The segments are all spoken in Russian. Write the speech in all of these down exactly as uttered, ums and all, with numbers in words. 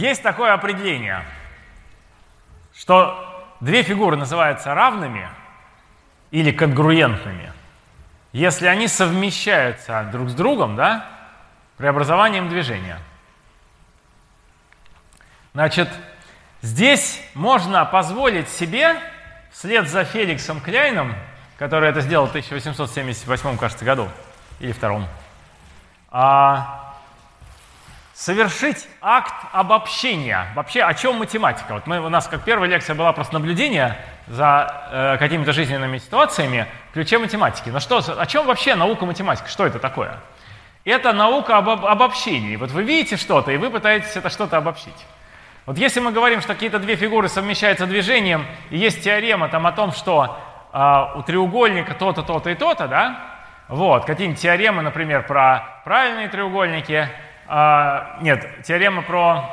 Есть такое определение, что две фигуры называются равными или конгруентными, если они совмещаются друг с другом, да, преобразованием движения. Значит, здесь можно позволить себе, вслед за Феликсом Кляйном, который это сделал в тысяча восемьсот семьдесят восьмом, кажется, году, или втором, а, совершить акт обобщения. Вообще, о чем математика? Вот мы, у нас как первая лекция была просто наблюдение за э, какими-то жизненными ситуациями в ключе математики. Но что, о чем вообще наука математика? Что это такое? Это наука об обобщении. Вот вы видите что-то, и вы пытаетесь это что-то обобщить. Вот если мы говорим, что какие-то две фигуры совмещаются движением, и есть теорема там о том, что э, у треугольника то-то, то-то и то-то, да? Вот, какие-нибудь теоремы, например, про правильные треугольники. Э, нет, теорема про...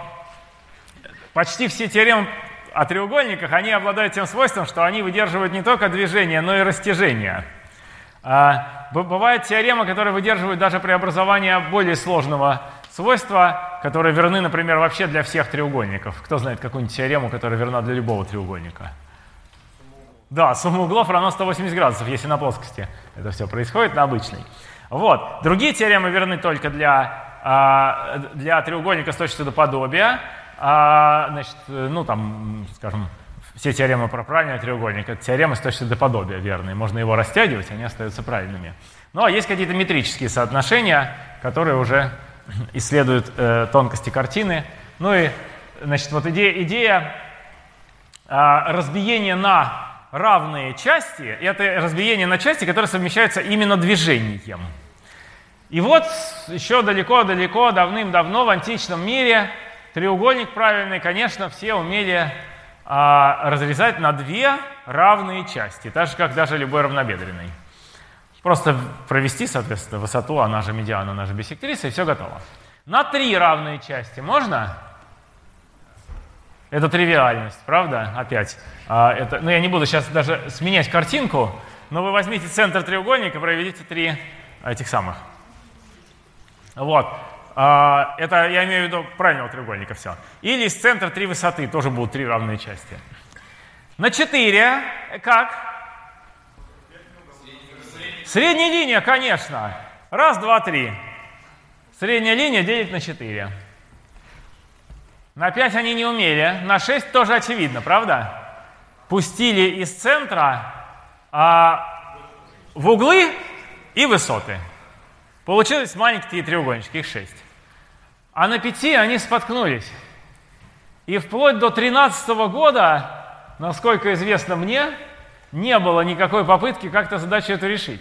Почти все теоремы о треугольниках, они обладают тем свойством, что они выдерживают не только движение, но и растяжение. Э, бывают теоремы, которые выдерживают даже преобразование более сложного свойства, которые верны, например, вообще для всех треугольников. Кто знает какую-нибудь теорему, которая верна для любого треугольника? Да, сумма углов равна сто восемьдесят градусов, если на плоскости это все происходит, на обычной. Вот. Другие теоремы верны только для, для треугольника с точностью до подобия. Значит, ну там, скажем, все теоремы про правильный треугольник — это теоремы с точностью до подобия верные. Можно его растягивать, они остаются правильными. Ну а есть какие-то метрические соотношения, которые уже исследуют э, тонкости картины. Ну и, значит, вот идея, идея э, разбиения на равные части, это разбиение на части, которые совмещаются именно движением. И вот еще далеко-далеко, давным-давно в античном мире треугольник правильный, конечно, все умели э, разрезать на две равные части, так же, как даже любой равнобедренный. Просто провести, соответственно, высоту, она же медиана, она же биссектриса, и все готово. На три равные части можно? Это тривиальность, правда? Опять. А, это, ну, я не буду сейчас даже сменять картинку, но вы возьмите центр треугольника и проведите три этих самых. Вот. А, это я имею в виду правильного треугольника все. Или из центра три высоты, тоже будут три равные части. На четыре как? Средняя линия, конечно. Раз, два, три. Средняя линия делить на четыре. На пять они не умели. На шесть тоже очевидно, правда? Пустили из центра а, в углы и высоты. Получились маленькие треугольнички, их шесть. А на пяти они споткнулись. И вплоть до тринадцатого года, насколько известно мне, не было никакой попытки как-то задачу эту решить.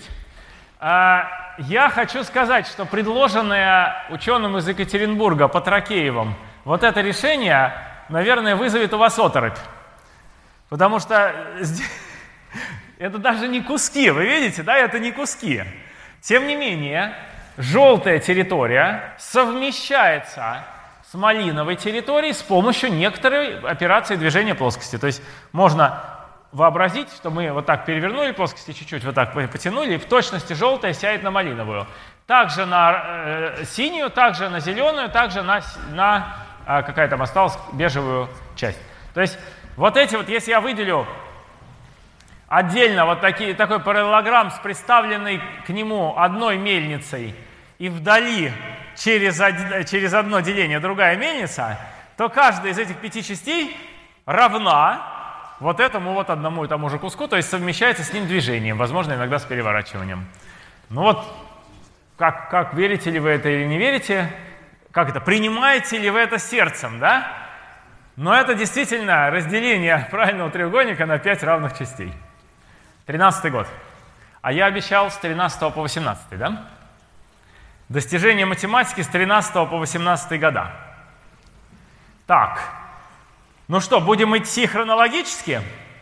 Я хочу сказать, что предложенное ученым из Екатеринбурга Патракеевым вот это решение, наверное, вызовет у вас оторопь. Потому что это даже не куски, вы видите, да, это не куски. Тем не менее, желтая территория совмещается с малиновой территорией с помощью некоторой операции движения плоскости. То есть можно вообразить, что мы вот так перевернули плоскости, чуть-чуть вот так потянули, и в точности желтая сядет на малиновую. Также на э, синюю, также на зеленую, также на, на э, какая там осталась бежевую часть. То есть вот эти вот, если я выделю отдельно вот такие, такой параллелограмм с представленной к нему одной мельницей и вдали через, од, через одно деление другая мельница, то каждая из этих пяти частей равна вот этому вот одному и тому же куску, то есть совмещается с ним движением, возможно, иногда с переворачиванием. Ну вот, как, как верите ли вы это или не верите, как это, принимаете ли вы это сердцем, да? Но это действительно разделение правильного треугольника на пять равных частей. тринадцатый год. А я обещал с тринадцатого по восемнадцатый, да? Достижение математики с тринадцатого по восемнадцатый года. Так. Ну что, будем идти хронологически?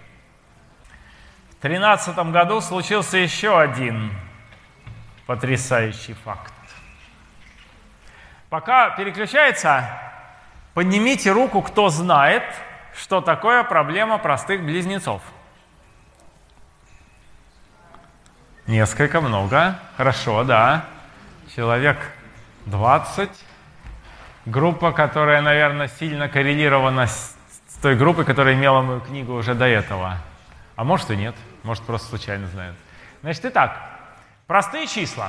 В тринадцатом году случился еще один потрясающий факт. Пока переключается, поднимите руку, кто знает, что такое проблема простых близнецов. Несколько, много. Хорошо, да. Человек двадцать. группа, которая, наверное, сильно коррелирована с, с той группой, которая имела мою книгу уже до этого. А может и нет, может просто случайно знает. Значит, итак, простые числа.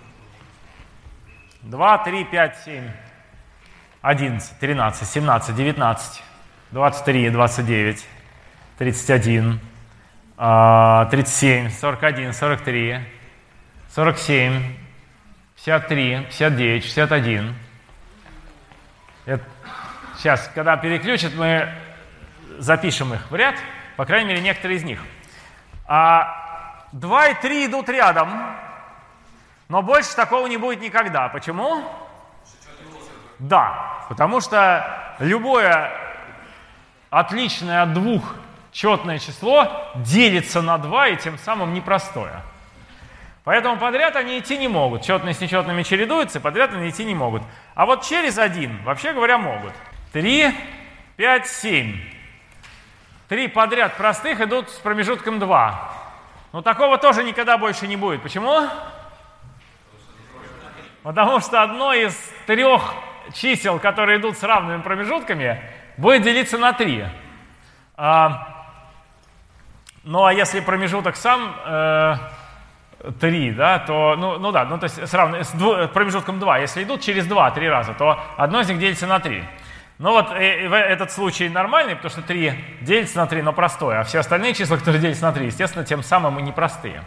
два, три, пять, семь, одиннадцать, тринадцать, семнадцать, девятнадцать, двадцать три, двадцать девять, тридцать один, тридцать семь, сорок один, сорок три, сорок семь, пятьдесят три, пятьдесят девять, шестьдесят один. Это, сейчас, когда переключат, мы запишем их в ряд, по крайней мере, некоторые из них. А два и три идут рядом, но больше такого не будет никогда. Почему? Да, потому что любое отличное от двух четное число делится на два и тем самым непростое. Поэтому подряд они идти не могут. Четные с нечетными чередуются, подряд они идти не могут. А вот через один, вообще говоря, могут. три, пять, семь. Три подряд простых идут с промежутком два. Но такого тоже никогда больше не будет. Почему? Потому что одно из трех чисел, которые идут с равными промежутками, будет делиться на три. А, ну а если промежуток сам э, три, да, то, ну, ну да, ну то есть с, равным, с дву, промежутком два, если идут через два три раза, то одно из них делится на три. Ну вот э, этот случай нормальный, потому что три делится на три, но простое, а все остальные числа, которые делятся на три, естественно, тем самым и непростые.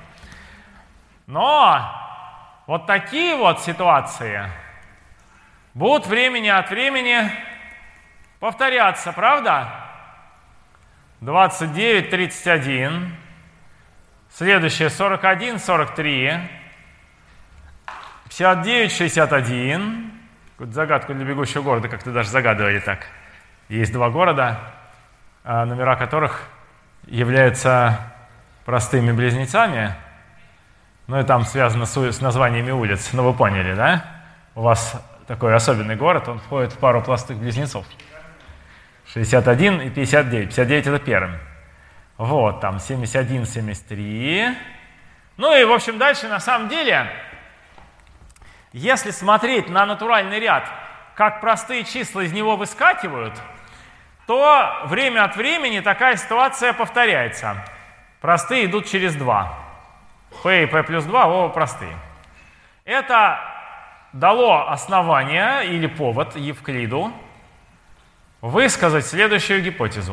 Но вот такие вот ситуации будут времени от времени повторяться, правда? двадцать девять, тридцать один, следующее сорок один, сорок три, пятьдесят девять, шестьдесят один. Какую-то загадку для бегущего города как-то даже загадывали так. Есть два города, номера которых являются простыми близнецами. Ну и там связано с названиями улиц. Ну вы поняли, да? У вас такой особенный город, он входит в пару простых близнецов. шестьдесят один и пятьдесят девять. пятьдесят девять это первым. Вот, там семьдесят один, семьдесят три. Ну и, в общем, дальше на самом деле, если смотреть на натуральный ряд, как простые числа из него выскакивают, то время от времени такая ситуация повторяется. Простые идут через два. P и P плюс два оба простые. Это дало основание или повод Евклиду высказать следующую гипотезу.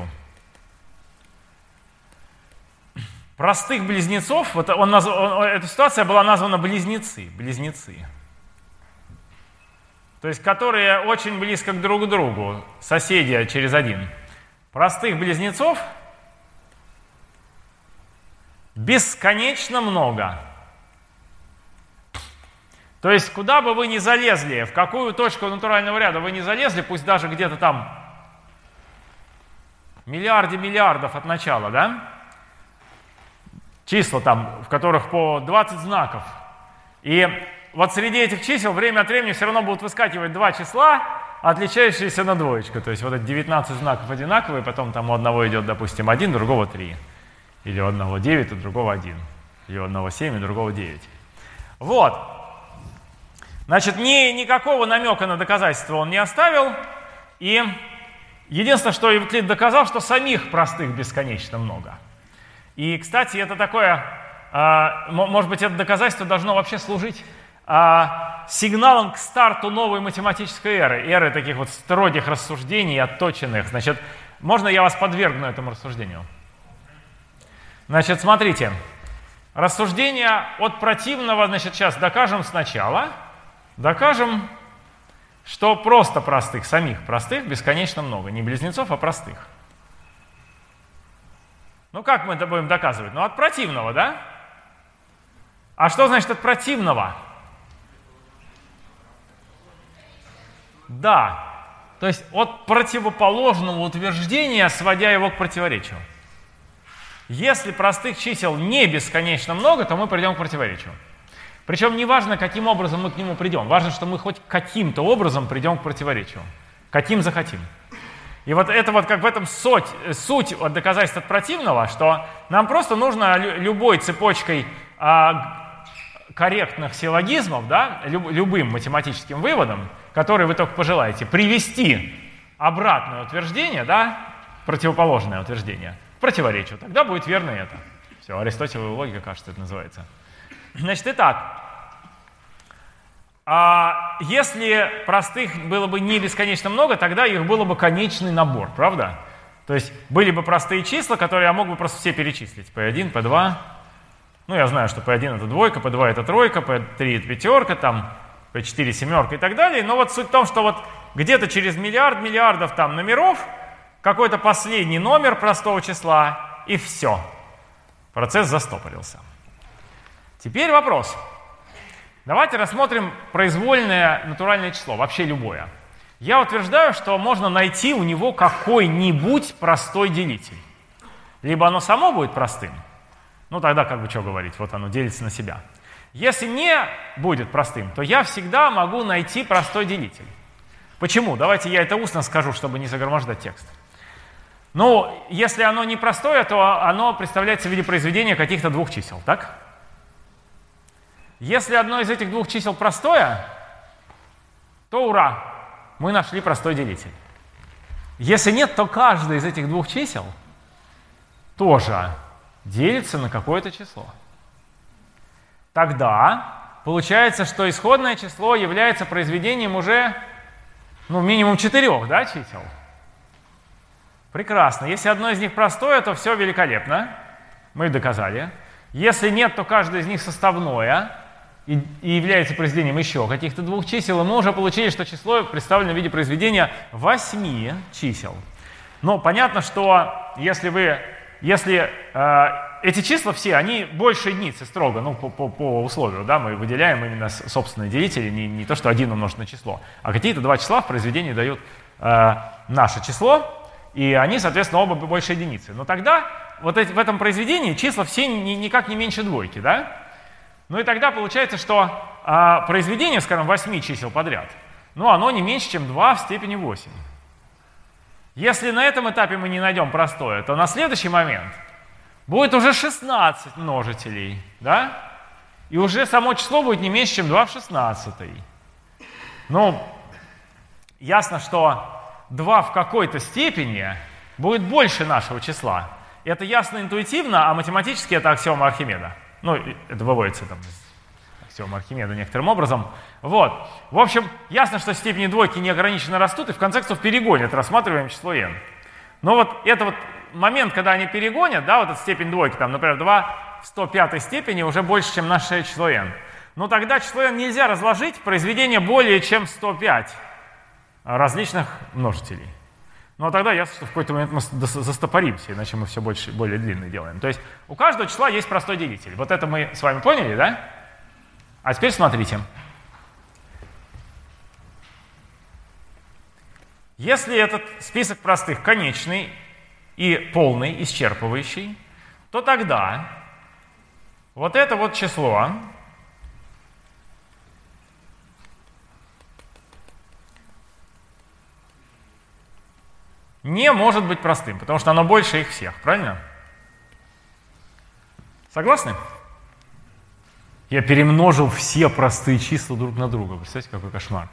Простых близнецов, вот он назв... он, эта ситуация была названа близнецы, близнецы. То есть, которые очень близко друг к другу, соседи через один. Простых близнецов бесконечно много. То есть, куда бы вы ни залезли, в какую точку натурального ряда вы ни залезли, пусть даже где-то там миллиарде миллиардов от начала, да? Числа там, в которых по двадцать знаков. И вот среди этих чисел время от времени все равно будут выскакивать два числа, отличающиеся на двоечку. То есть вот эти девятнадцать знаков одинаковые, потом там у одного идет, допустим, один, у другого три. Или у одного девять, у другого один. Или у одного семь, у другого девять. Вот. Значит, ни, никакого намека на доказательство он не оставил. И единственное, что Евклид доказал, что самих простых бесконечно много. И, кстати, это такое, а, может быть, это доказательство должно вообще служить а, сигналом к старту новой математической эры, эры таких вот строгих рассуждений, отточенных. Значит, можно я вас подвергну этому рассуждению? Значит, смотрите, рассуждение от противного, значит, сейчас докажем сначала, докажем, что просто простых, самих простых бесконечно много, не близнецов, а простых. Ну как мы это будем доказывать? Ну от противного, да? А что значит от противного? Да, то есть от противоположного утверждения, сводя его к противоречию. Если простых чисел не бесконечно много, то мы придем к противоречию. Причем не важно, каким образом мы к нему придем. Важно, что мы хоть каким-то образом придем к противоречию. Каким захотим. И вот это вот как в этом суть, суть от доказательств от противного, что нам просто нужно любой цепочкой а, корректных силлогизмов, да, люб, любым математическим выводом, который вы только пожелаете, привести обратное утверждение, да, противоположное утверждение, к противоречию, тогда будет верно это. Все, аристотелевая логика, кажется, это называется. Значит, итак, а если простых было бы не бесконечно много, тогда их было бы конечный набор, правда? То есть были бы простые числа, которые я мог бы просто все перечислить. пэ один, пэ два. Ну, я знаю, что пэ один это двойка, пэ два это тройка, пэ три это пятерка, там, пэ четыре семерка и так далее. Но вот суть в том, что вот где-то через миллиард миллиардов там номеров какой-то последний номер простого числа, и все. Процесс застопорился. Теперь вопрос. Давайте рассмотрим произвольное натуральное число, вообще любое. Я утверждаю, что можно найти у него какой-нибудь простой делитель. Либо оно само будет простым, ну тогда как бы что говорить, вот оно делится на себя. Если не будет простым, то я всегда могу найти простой делитель. Почему? Давайте я это устно скажу, чтобы не загромождать текст. Ну, если оно не простое, то оно представляется в виде произведения каких-то двух чисел, так? Если одно из этих двух чисел простое, то ура, мы нашли простой делитель. Если нет, то каждое из этих двух чисел тоже делится на какое-то число. Тогда получается, что исходное число является произведением уже, ну, минимум четырех, да, чисел. Прекрасно. Если одно из них простое, то все великолепно. Мы доказали. Если нет, то каждое из них составное и, и является произведением еще каких-то двух чисел. И мы уже получили, что число представлено в виде произведения восьми чисел. Но понятно, что если вы, если э, эти числа все, они больше единицы строго, ну, по, по, по условию, да, мы выделяем именно собственные делители, не, не то, что один умножить на число, а какие-то два числа в произведении дают э, наше число, и они, соответственно, оба больше единицы. Но тогда вот эти, в этом произведении числа все ни, никак не меньше двойки, да? Ну и тогда получается, что э, произведение, скажем, восьми чисел подряд, ну, оно не меньше, чем два в степени восемь. Если на этом этапе мы не найдем простое, то на следующий момент будет уже шестнадцать множителей, да? И уже само число будет не меньше, чем два в шестнадцатой. Ну, ясно, что два в какой-то степени будет больше нашего числа. Это ясно интуитивно, а математически это аксиома Архимеда. Ну, это выводится там из аксиома Архимеда некоторым образом. Вот. В общем, ясно, что степени двойки неограниченно растут и в конце концов перегонят рассматриваемое число n. Но вот это вот момент, когда они перегонят, да, вот эта степень двойки, там, например, два в сто пятой степени уже больше, чем наше число n. Но тогда число n нельзя разложить в произведение более чем сто пять различных множителей. Но тогда ясно, что в какой-то момент мы застопоримся, иначе мы все больше, более длинные делаем. То есть у каждого числа есть простой делитель. Вот это мы с вами поняли, да? А теперь смотрите. Если этот список простых конечный и полный, исчерпывающий, то тогда вот это вот число не может быть простым, потому что оно больше их всех, правильно? Согласны? Я перемножил все простые числа друг на друга. Представляете, какой кошмар.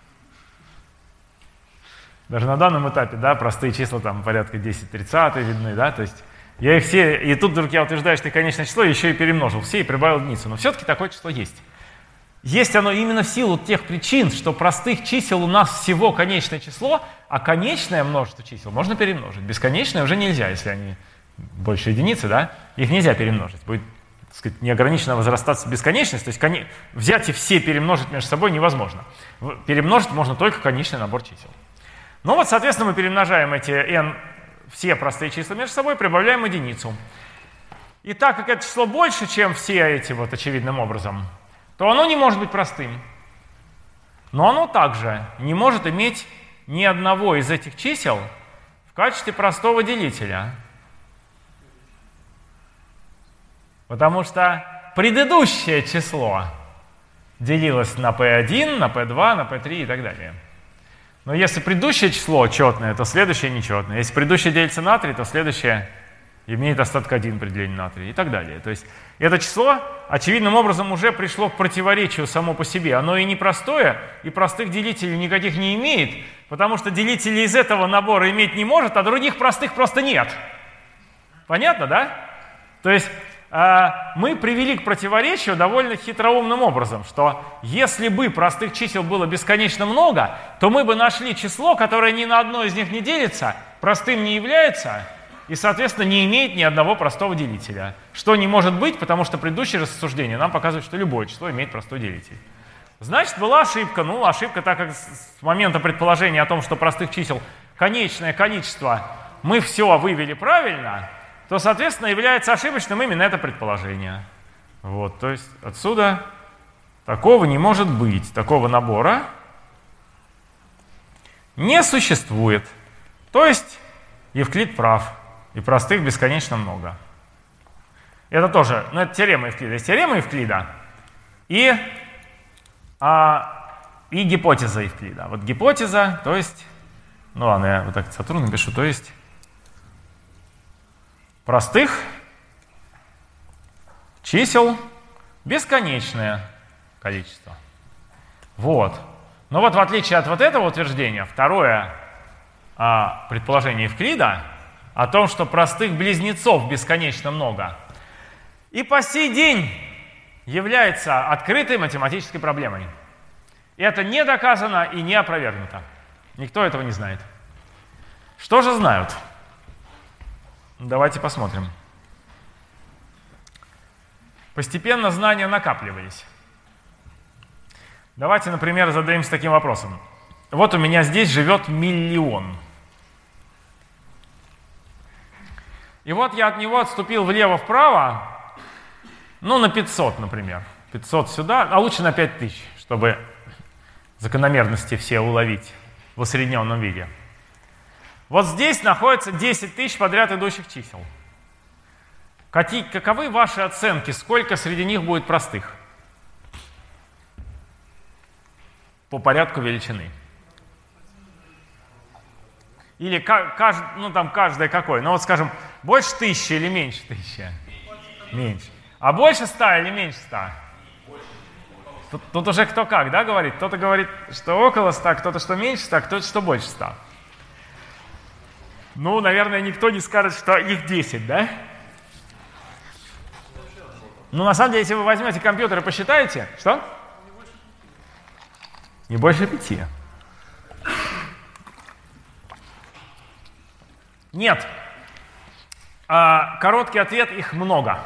Даже на данном этапе, да, простые числа там порядка десять тридцатых видны, да, то есть я их все, и тут вдруг я утверждаю, что конечное число еще и перемножил все и прибавил единицу, но все-таки такое число есть. Есть оно именно в силу тех причин, что простых чисел у нас всего конечное число, а конечное множество чисел можно перемножить. Бесконечное уже нельзя, если они больше единицы, да, их нельзя перемножить. Будет, так сказать, неограниченно возрастаться бесконечность, то есть коне... взять и все перемножить между собой невозможно. Перемножить можно только конечный набор чисел. Ну вот, соответственно, мы перемножаем эти n, все простые числа между собой, прибавляем единицу. И так как это число больше, чем все эти вот очевидным образом, то оно не может быть простым. Но оно также не может иметь ни одного из этих чисел в качестве простого делителя. Потому что предыдущее число делилось на пэ один, на пэ два, на пэ три и так далее. Но если предыдущее число четное, то следующее нечетное. Если предыдущее делится на три, то следующее имеет остаток один при делении на три и так далее. То есть это число очевидным образом уже пришло к противоречию само по себе. Оно и непростое, и простых делителей никаких не имеет, потому что делителей из этого набора иметь не может, а других простых просто нет. Понятно, да? То есть э, мы привели к противоречию довольно хитроумным образом, что если бы простых чисел было бесконечно много, то мы бы нашли число, которое ни на одно из них не делится, простым не является, и, соответственно, не имеет ни одного простого делителя. Что не может быть, потому что предыдущее рассуждение нам показывает, что любое число имеет простой делитель. Значит, была ошибка. Ну, ошибка, так как с момента предположения о том, что простых чисел конечное количество, мы все вывели правильно, то, соответственно, является ошибочным именно это предположение. Вот, то есть отсюда такого не может быть, такого набора не существует. То есть Евклид прав. И простых бесконечно много. Это тоже, ну это теорема Евклида. Есть теорема Евклида и, а, и гипотеза Евклида. Вот гипотеза, то есть, ну ладно, я вот так Сатурн напишу, то есть простых чисел бесконечное количество. Вот. Но вот в отличие от вот этого утверждения, второе а, предположение Евклида о том, что простых близнецов бесконечно много, и по сей день является открытой математической проблемой. И это не доказано и не опровергнуто. Никто этого не знает. Что же знают? Давайте посмотрим. Постепенно знания накапливались. Давайте, например, зададимся таким вопросом. Вот у меня здесь живет миллион. И вот я от него отступил влево-вправо, ну, на пятьсот, например. пятьсот сюда, а лучше на пять тысяч, чтобы закономерности все уловить в усредненном виде. Вот здесь находится десять тысяч подряд идущих чисел. Каковы ваши оценки, сколько среди них будет простых? По порядку величины. Или кажд, ну, там каждое какое. Ну вот, скажем, больше тысячи или меньше тысячи? Меньше. А больше ста или меньше ста? Тут, тут уже кто как, да, говорит? Кто-то говорит, что около ста, кто-то, что меньше ста, кто-то, что больше ста. Ну, наверное, никто не скажет, что их десять, да? Ну, на самом деле, если вы возьмете компьютер и посчитаете, что? Не больше пяти. Нет. А, короткий ответ, их много.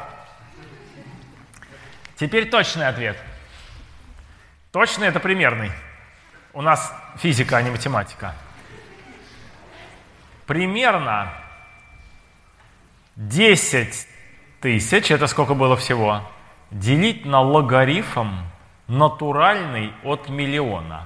Теперь точный ответ. Точный — это примерный. У нас физика, а не математика. Примерно десять тысяч, это сколько было всего, делить на логарифм натуральный от миллиона,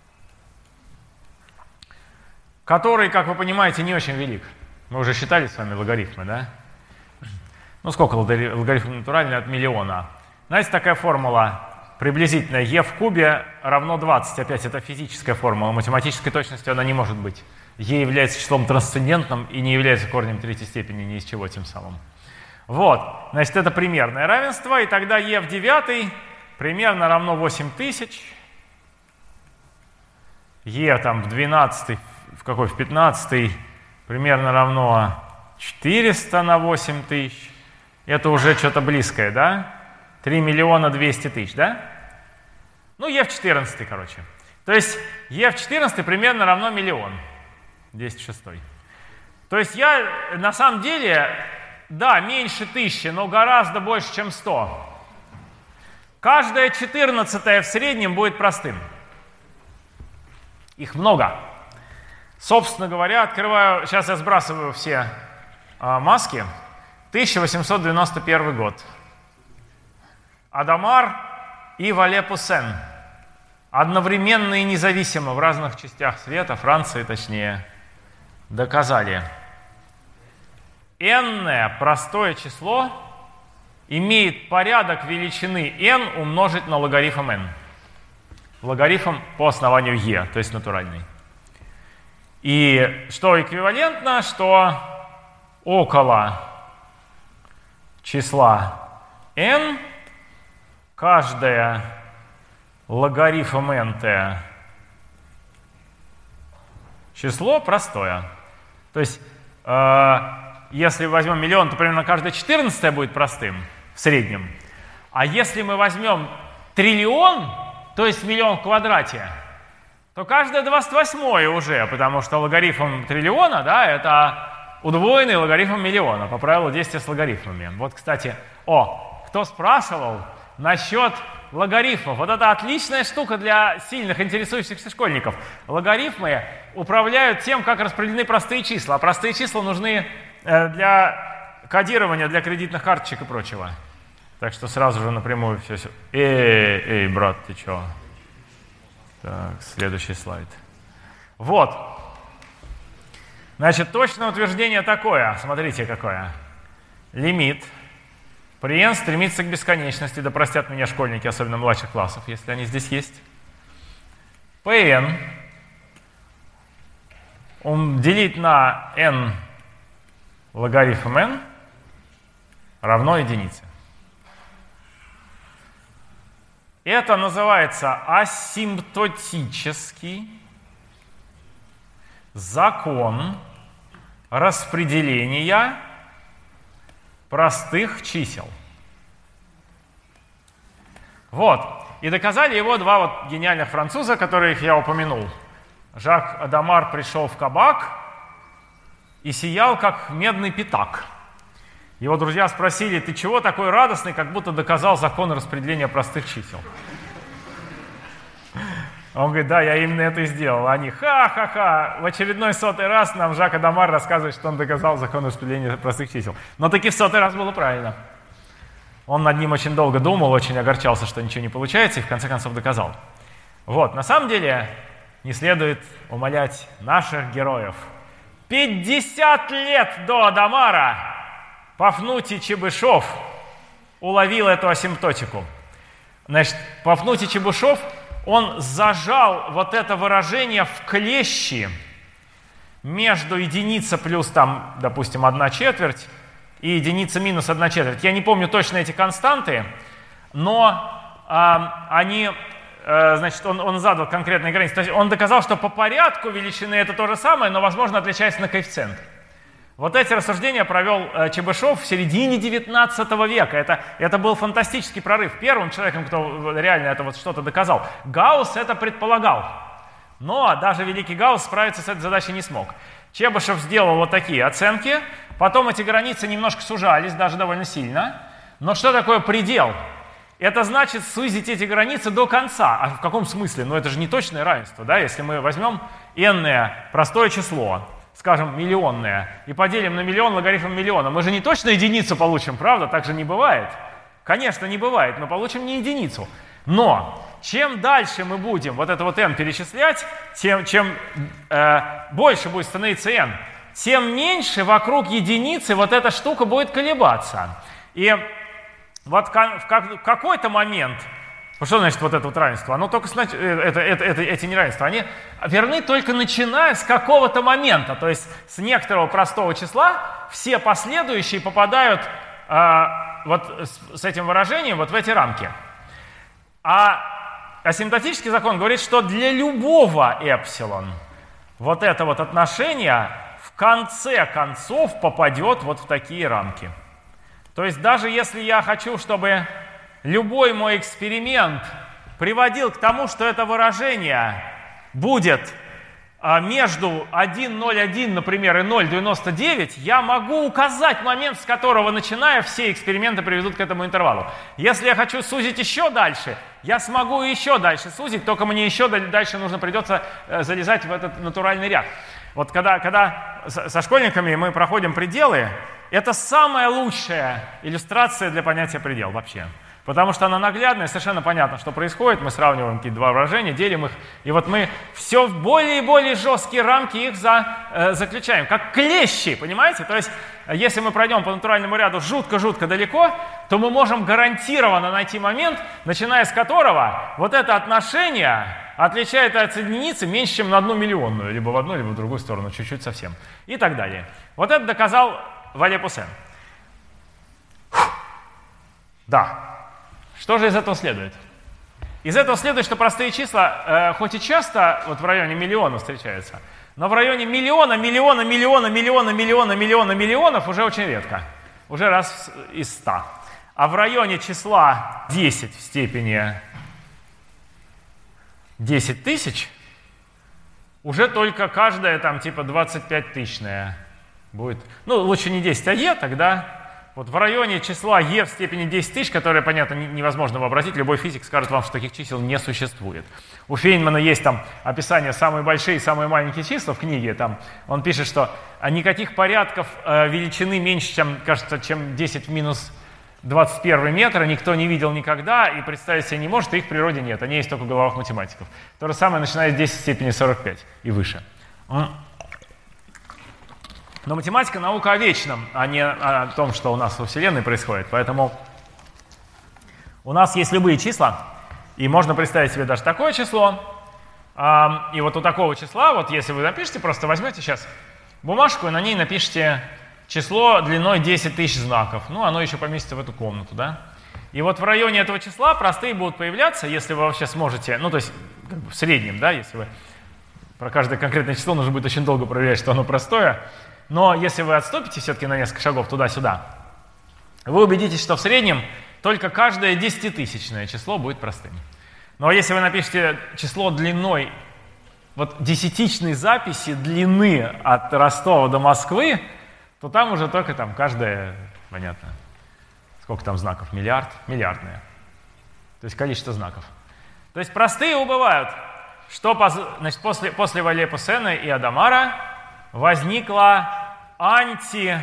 который, как вы понимаете, не очень велик. Мы уже считали с вами логарифмы, да? Ну, сколько логарифм натуральный от миллиона? Знаете, такая формула приблизительно e в кубе равно двадцать. Опять, это физическая формула. Математической точностью она не может быть. e является числом трансцендентным и не является корнем третьей степени ни из чего тем самым. Вот, значит, это примерное равенство, и тогда e в девятой примерно равно восемь тысяч. e там в двенадцатой, в какой, в пятнадцатой примерно равно четыреста на восемь тысяч. Это уже что-то близкое, да? три миллиона двести тысяч, да? Ну, e в четырнадцатой, короче. То есть e в четырнадцатой примерно равно миллион. десять в шестой. То есть я на самом деле, да, меньше тысячи, но гораздо больше, чем сто. Каждое четырнадцатое в среднем будет простым. Их много. Собственно говоря, открываю, сейчас я сбрасываю все а, маски. тысяча восемьсот девяносто первый год. Адамар и Вале-Пуссен. Одновременно и независимо в разных частях света, Франции точнее, доказали. n простое число имеет порядок величины n умножить на логарифм n. Логарифм по основанию e, то есть натуральный. И что эквивалентно, что около числа n, каждая логарифм n число простое. То есть, э, если возьмем миллион, то примерно каждое четырнадцатое будет простым в среднем. А если мы возьмем триллион, то есть миллион в квадрате, то каждое двадцать восьмое уже, потому что логарифм триллиона, да, это удвоенный логарифм миллиона, по правилу действия с логарифмами. Вот, кстати, о, кто спрашивал насчет логарифмов. Вот это отличная штука для сильных, интересующихся школьников. Логарифмы управляют тем, как распределены простые числа. А простые числа нужны для кодирования, для кредитных карточек и прочего. Так что сразу же напрямую все... Эй, эй, брат, ты чё? Так, следующий слайд. Вот. Значит, точное утверждение такое. Смотрите, какое. Лимит. При n стремится к бесконечности. Да простят меня школьники, особенно младших классов, если они здесь есть. Pn делить на n логарифм n равно единице. Это называется асимптотический закон распределения простых чисел. Вот. И доказали его два вот гениальных француза, которых я упомянул. Жак Адамар пришел в кабак и сиял, как медный пятак. Его друзья спросили: ты чего такой радостный, как будто доказал закон распределения простых чисел? Он говорит: да, я именно это и сделал. Они: ха-ха-ха, в очередной сотый раз нам Жак Адамар рассказывает, что он доказал закон распределения простых чисел. Но таки в сотый раз было правильно. Он над ним очень долго думал, очень огорчался, что ничего не получается, и в конце концов доказал. Вот, на самом деле, не следует умалять наших героев. пятьдесят лет до Адамара Пафнутий Чебышев уловил эту асимптотику. Значит, Пафнутий Чебышев, он зажал вот это выражение в клещи между единица плюс, там, допустим, одна четверть и единица минус одна четверть. Я не помню точно эти константы, но а, они, а, значит, он, он задал конкретные границы. То есть он доказал, что по порядку величины это то же самое, но, возможно, отличается на коэффициент. Вот эти рассуждения провел Чебышев в середине девятнадцатого века. Это, это был фантастический прорыв. Первым человеком, кто реально это вот что-то доказал. Гаусс это предполагал. Но даже великий Гаусс справиться с этой задачей не смог. Чебышев сделал вот такие оценки. Потом эти границы немножко сужались, даже довольно сильно. Но что такое предел? Это значит сузить эти границы до конца. А в каком смысле? Ну это же не точное равенство. Да? Если мы возьмем n простое число, скажем, миллионное, и поделим на миллион логарифм миллиона, мы же не точно единицу получим, правда? Так же не бывает. Конечно, не бывает, мы получим не единицу. Но чем дальше мы будем вот это вот n перечислять, тем чем э, больше будет становиться n, тем меньше вокруг единицы вот эта штука будет колебаться. И вот в какой-то момент... Что значит вот это вот равенство? Оно только это, это, это, эти неравенства, они верны только начиная с какого-то момента. То есть с некоторого простого числа все последующие попадают э, вот с, с этим выражением вот в эти рамки. А асимптотический закон говорит, что для любого эпсилон вот это вот отношение в конце концов попадет вот в такие рамки. То есть даже если я хочу, чтобы любой мой эксперимент приводил к тому, что это выражение будет а, между один ноль один, например, и ноль девяносто девять, я могу указать момент, с которого, начиная, все эксперименты приведут к этому интервалу. Если я хочу сузить еще дальше, я смогу еще дальше сузить, только мне еще дальше нужно придется залезать в этот натуральный ряд. Вот когда, когда со школьниками мы проходим пределы, это самая лучшая иллюстрация для понятия предел вообще. Потому что она наглядная, совершенно понятно, что происходит. Мы сравниваем какие-то два выражения, делим их. И вот мы все в более и более жесткие рамки их за, э, заключаем. Как клещи, понимаете? То есть, если мы пройдем по натуральному ряду жутко-жутко далеко, то мы можем гарантированно найти момент, начиная с которого вот это отношение отличает от единицы меньше, чем на одну миллионную. Либо в одну, либо в другую сторону, чуть-чуть совсем. И так далее. Вот это доказал Вале Пуссен. Да. Что же из этого следует? Из этого следует, что простые числа, э, хоть и часто вот в районе миллиона встречаются, но в районе миллиона, миллиона, миллиона, миллиона, миллиона, миллиона, миллионов уже очень редко. Уже раз из ста. А в районе числа десять в степени десять тысяч уже только каждая там типа двадцать пять тысячная будет. Ну, лучше не десять, а е, тогда вот в районе числа е в степени десять тысяч, которое, понятно, невозможно вообразить, любой физик скажет вам, что таких чисел не существует. У Фейнмана есть там описание самые большие и самые маленькие числа в книге. Там он пишет, что никаких порядков э, величины меньше, чем, кажется, чем десять в минус двадцать первый метр никто не видел никогда и представить себе не может, и их в природе нет. Они есть только в головах математиков. То же самое начиная с десять в степени сорок пять и выше. Но математика — наука о вечном, а не о том, что у нас во Вселенной происходит. Поэтому у нас есть любые числа, и можно представить себе даже такое число. И вот у такого числа, вот если вы напишите, просто возьмете сейчас бумажку и на ней напишите число длиной десять тысяч знаков. Ну, оно еще поместится в эту комнату, да? И вот в районе этого числа простые будут появляться, если вы вообще сможете, ну, то есть как бы в среднем, да, если вы про каждое конкретное число нужно будет очень долго проверять, что оно простое. Но если вы отступите все-таки на несколько шагов туда-сюда, вы убедитесь, что в среднем только каждое десятитысячное число будет простым. Но если вы напишете число длиной, вот десятичной записи длины от Ростова до Москвы, то там уже только там каждое, понятно, сколько там знаков, миллиард, миллиардное. То есть количество знаков. То есть простые убывают. Что, значит, после, после Вале Пуссена и Адамара возникла анти,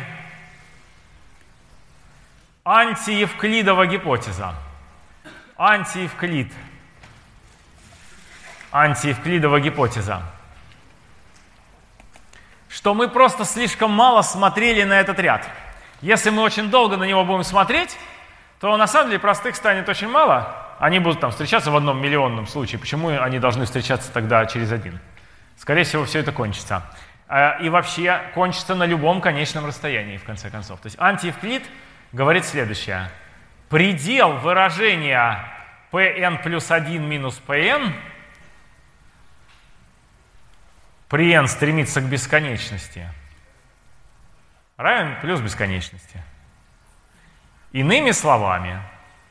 антиевклидова гипотеза. Антиевклид. Антиевклидова гипотеза. Что мы просто слишком мало смотрели на этот ряд. Если мы очень долго на него будем смотреть, то на самом деле простых станет очень мало. Они будут там встречаться в одном миллионном случае. Почему они должны встречаться тогда через один? Скорее всего, все это кончится. И вообще кончится на любом конечном расстоянии, в конце концов. То есть антиевклид говорит следующее. Предел выражения pn плюс один минус pn при n стремится к бесконечности равен плюс бесконечности. Иными словами,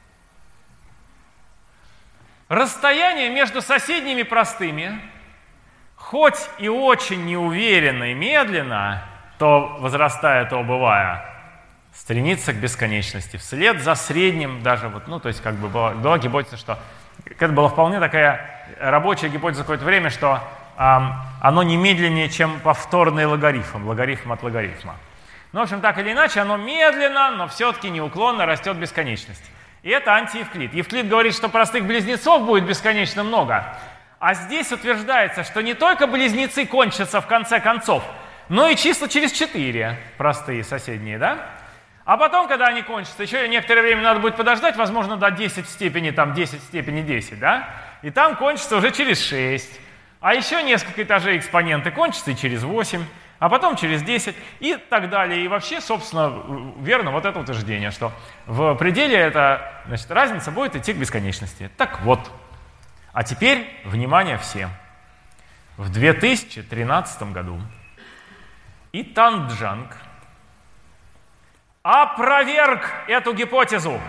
расстояние между соседними простыми, хоть и очень неуверенно и медленно, то возрастая, то убывая, стремится к бесконечности. Вслед за средним даже, вот, ну, то есть как бы была, была гипотеза, что это была вполне такая рабочая гипотеза какое-то время, что эм, оно не медленнее, чем повторный логарифм, логарифм от логарифма. Ну, в общем, так или иначе, оно медленно, но все-таки неуклонно растет бесконечность. И это антиевклид. Евклид говорит, что простых близнецов будет бесконечно много. А здесь утверждается, что не только близнецы кончатся в конце концов, но и числа через четыре простые соседние, да? А потом, когда они кончатся, еще некоторое время надо будет подождать, возможно, до десять в степени, там, десять в степени десять, да? И там кончится уже через шесть. А еще несколько этажей экспоненты кончатся и через восемь, а потом через десять и так далее. И вообще, собственно, верно вот это утверждение, что в пределе эта, значит, разница будет идти к бесконечности. Так вот. А теперь, внимание все. В две тысячи тринадцатом году Итан Джанг опроверг эту гипотезу.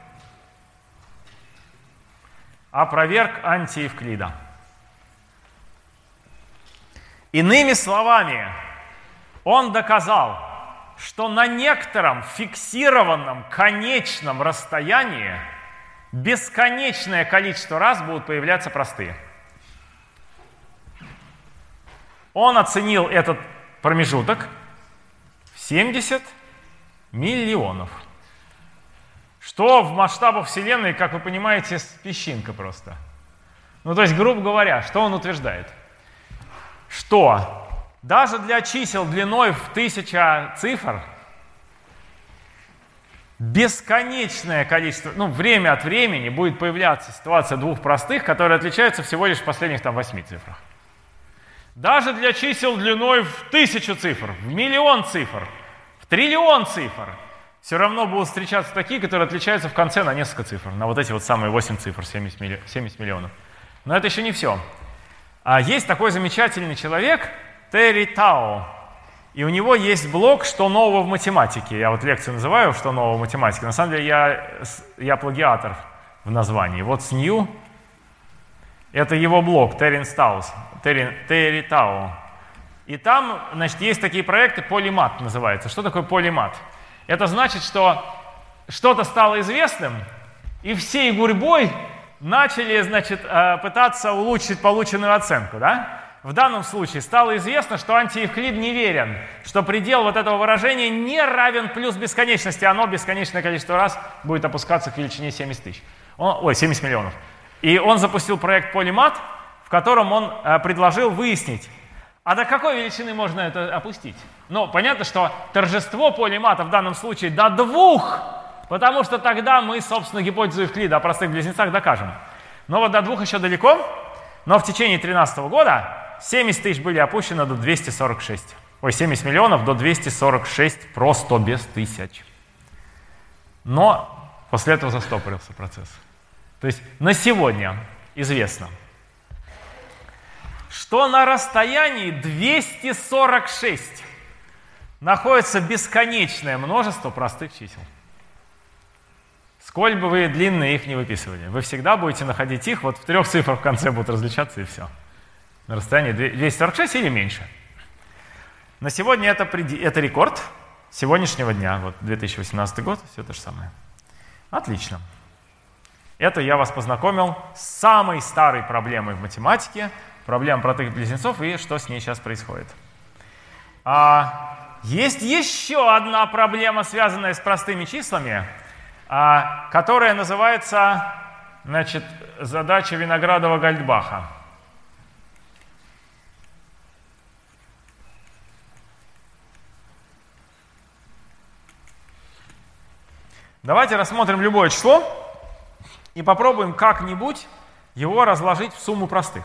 Опроверг антиевклида. Иными словами, он доказал, что на некотором фиксированном конечном расстоянии бесконечное количество раз будут появляться простые. Он оценил этот промежуток в семьдесят миллионов. Что в масштабах Вселенной, как вы понимаете, песчинка просто. Ну, то есть, грубо говоря, что он утверждает? Что даже для чисел длиной в тысяча цифр бесконечное количество, ну, время от времени будет появляться ситуация двух простых, которые отличаются всего лишь в последних там восьми цифрах. Даже для чисел длиной в тысячу цифр, в миллион цифр, в триллион цифр все равно будут встречаться такие, которые отличаются в конце на несколько цифр, на вот эти вот самые восемь цифр, семьдесят миллионов. Но это еще не все. А есть такой замечательный человек Терри Тао, и у него есть блог «Что нового в математике». Я вот лекцию называю «Что нового в математике». На самом деле я, я плагиатор в названии. Вот с New — это его блог Терри Тао. Терри, Терри Тао. И там, значит, есть такие проекты, полимат называется. Что такое полимат? Это значит, что что-то стало известным, и всей гурьбой начали, значит, пытаться улучшить полученную оценку, да? В данном случае стало известно, что антиевклид неверен, что предел вот этого выражения не равен плюс бесконечности, оно бесконечное количество раз будет опускаться к величине семьдесят тысяч. Он, ой, семьдесят миллионов. И он запустил проект Polymat, в котором он э, предложил выяснить, а до какой величины можно это опустить? Ну, понятно, что торжество Polymat в данном случае до двух, потому что тогда мы, собственно, гипотезу Евклида о простых близнецах докажем. Но вот до двух еще далеко, но в течение две тысячи тринадцатого года семьдесят тысяч были опущены до двухсот сорока шести. Ой, семьдесят миллионов до двухсот сорока шести просто без тысяч. Но после этого застопорился процесс. То есть на сегодня известно, что на расстоянии двести сорок шесть находится бесконечное множество простых чисел. Сколь бы вы длинные их не выписывали, вы всегда будете находить их, вот в трех цифрах в конце будут различаться и все. На расстоянии двести сорок шесть или меньше. На сегодня это, это рекорд сегодняшнего дня, вот две тысячи восемнадцатый год, все то же самое. Отлично. Это я вас познакомил с самой старой проблемой в математике, проблемой простых близнецов и что с ней сейчас происходит. А, есть еще одна проблема, связанная с простыми числами, а, которая называется, значит, задача Виноградова-Гальдбаха. Давайте рассмотрим любое число и попробуем как-нибудь его разложить в сумму простых.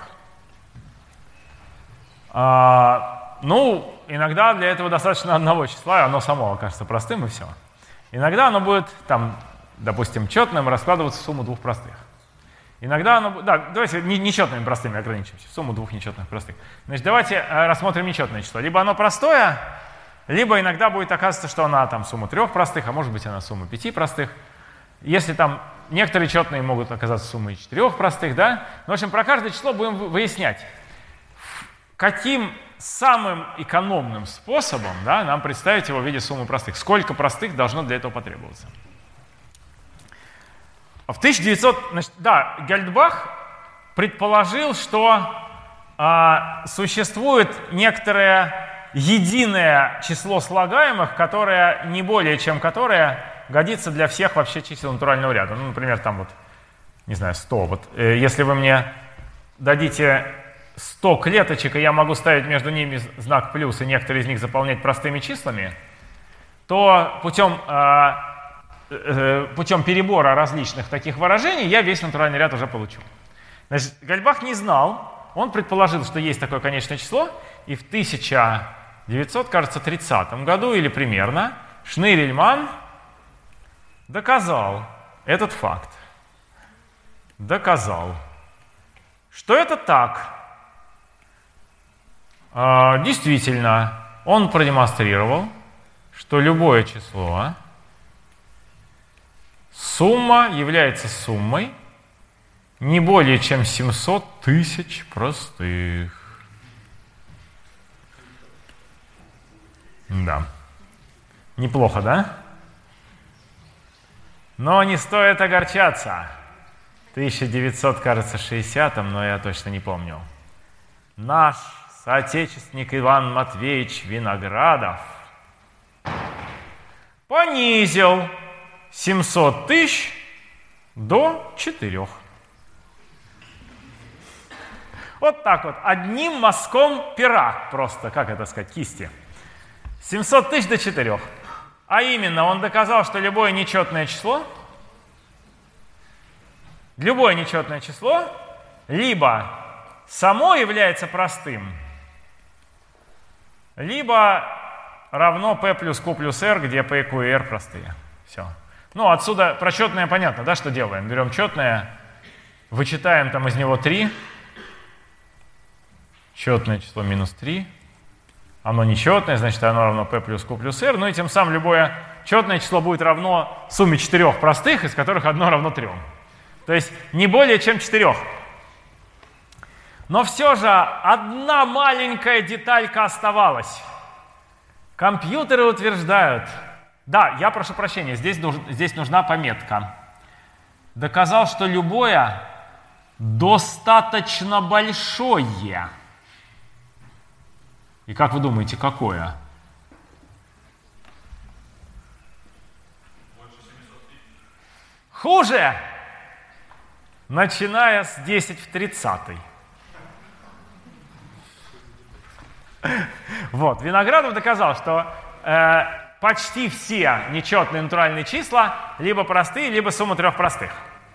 А, ну, иногда для этого достаточно одного числа, и оно само окажется простым, и все. Иногда оно будет, там, допустим, четным, раскладываться в сумму двух простых. Иногда оно будет... Да, давайте нечетными простыми ограничимся, в сумму двух нечетных простых. Значит, давайте рассмотрим нечетное число. Либо оно простое, либо иногда будет оказываться, что она там сумма трех простых, а может быть она сумма пяти простых. Если там некоторые четные могут оказаться суммой четырех простых, да? Ну, в общем, про каждое число будем выяснять, каким самым экономным способом, да, нам представить его в виде суммы простых. Сколько простых должно для этого потребоваться. В тысяча девятисотом, значит, да, Гальдбах предположил, что а, существует некоторое единое число слагаемых, которое не более чем которое годится для всех вообще чисел натурального ряда. Ну, например, там вот, не знаю, сто. Вот, э, если вы мне дадите сто клеточек, и я могу ставить между ними знак плюс, и некоторые из них заполнять простыми числами, то путем, э, э, путем перебора различных таких выражений я весь натуральный ряд уже получу. Значит, Гальдбах не знал, он предположил, что есть такое конечное число, и в тысяча девятьсот, кажется, тридцатом году или примерно Шнейр-Ильман доказал этот факт. Доказал, что это так. А, действительно, он продемонстрировал, что любое число, сумма является суммой не более чем семьсот тысяч простых. Да. Неплохо, да? Но не стоит огорчаться. тысяча девятьсот, кажется, шестидесятом, но я точно не помню. Наш соотечественник Иван Матвеевич Виноградов понизил семьсот тысяч до четырех. Вот так вот, одним мазком пера, просто, как это сказать, кисти. семьсот тысяч до четырех. А именно, он доказал, что любое нечетное число, любое нечетное число либо само является простым, либо равно p плюс q плюс r, где p, q и r простые. Все. Ну, отсюда про четное понятно, да, что делаем? Берем четное, вычитаем там из него три. Четное число минус три. Оно нечетное, значит, оно равно p плюс q плюс r. Ну и тем самым любое четное число будет равно сумме четырех простых, из которых одно равно трем. То есть не более чем четырех. Но все же одна маленькая деталька оставалась. Компьютеры утверждают... Да, я прошу прощения, здесь, нуж, здесь нужна пометка. Доказал, что любое достаточно большое. И как вы думаете, какое? Хуже! Начиная с десять в тридцатой. Вот, Виноградов доказал, что э, почти все нечетные натуральные числа либо простые, либо сумма трех простых.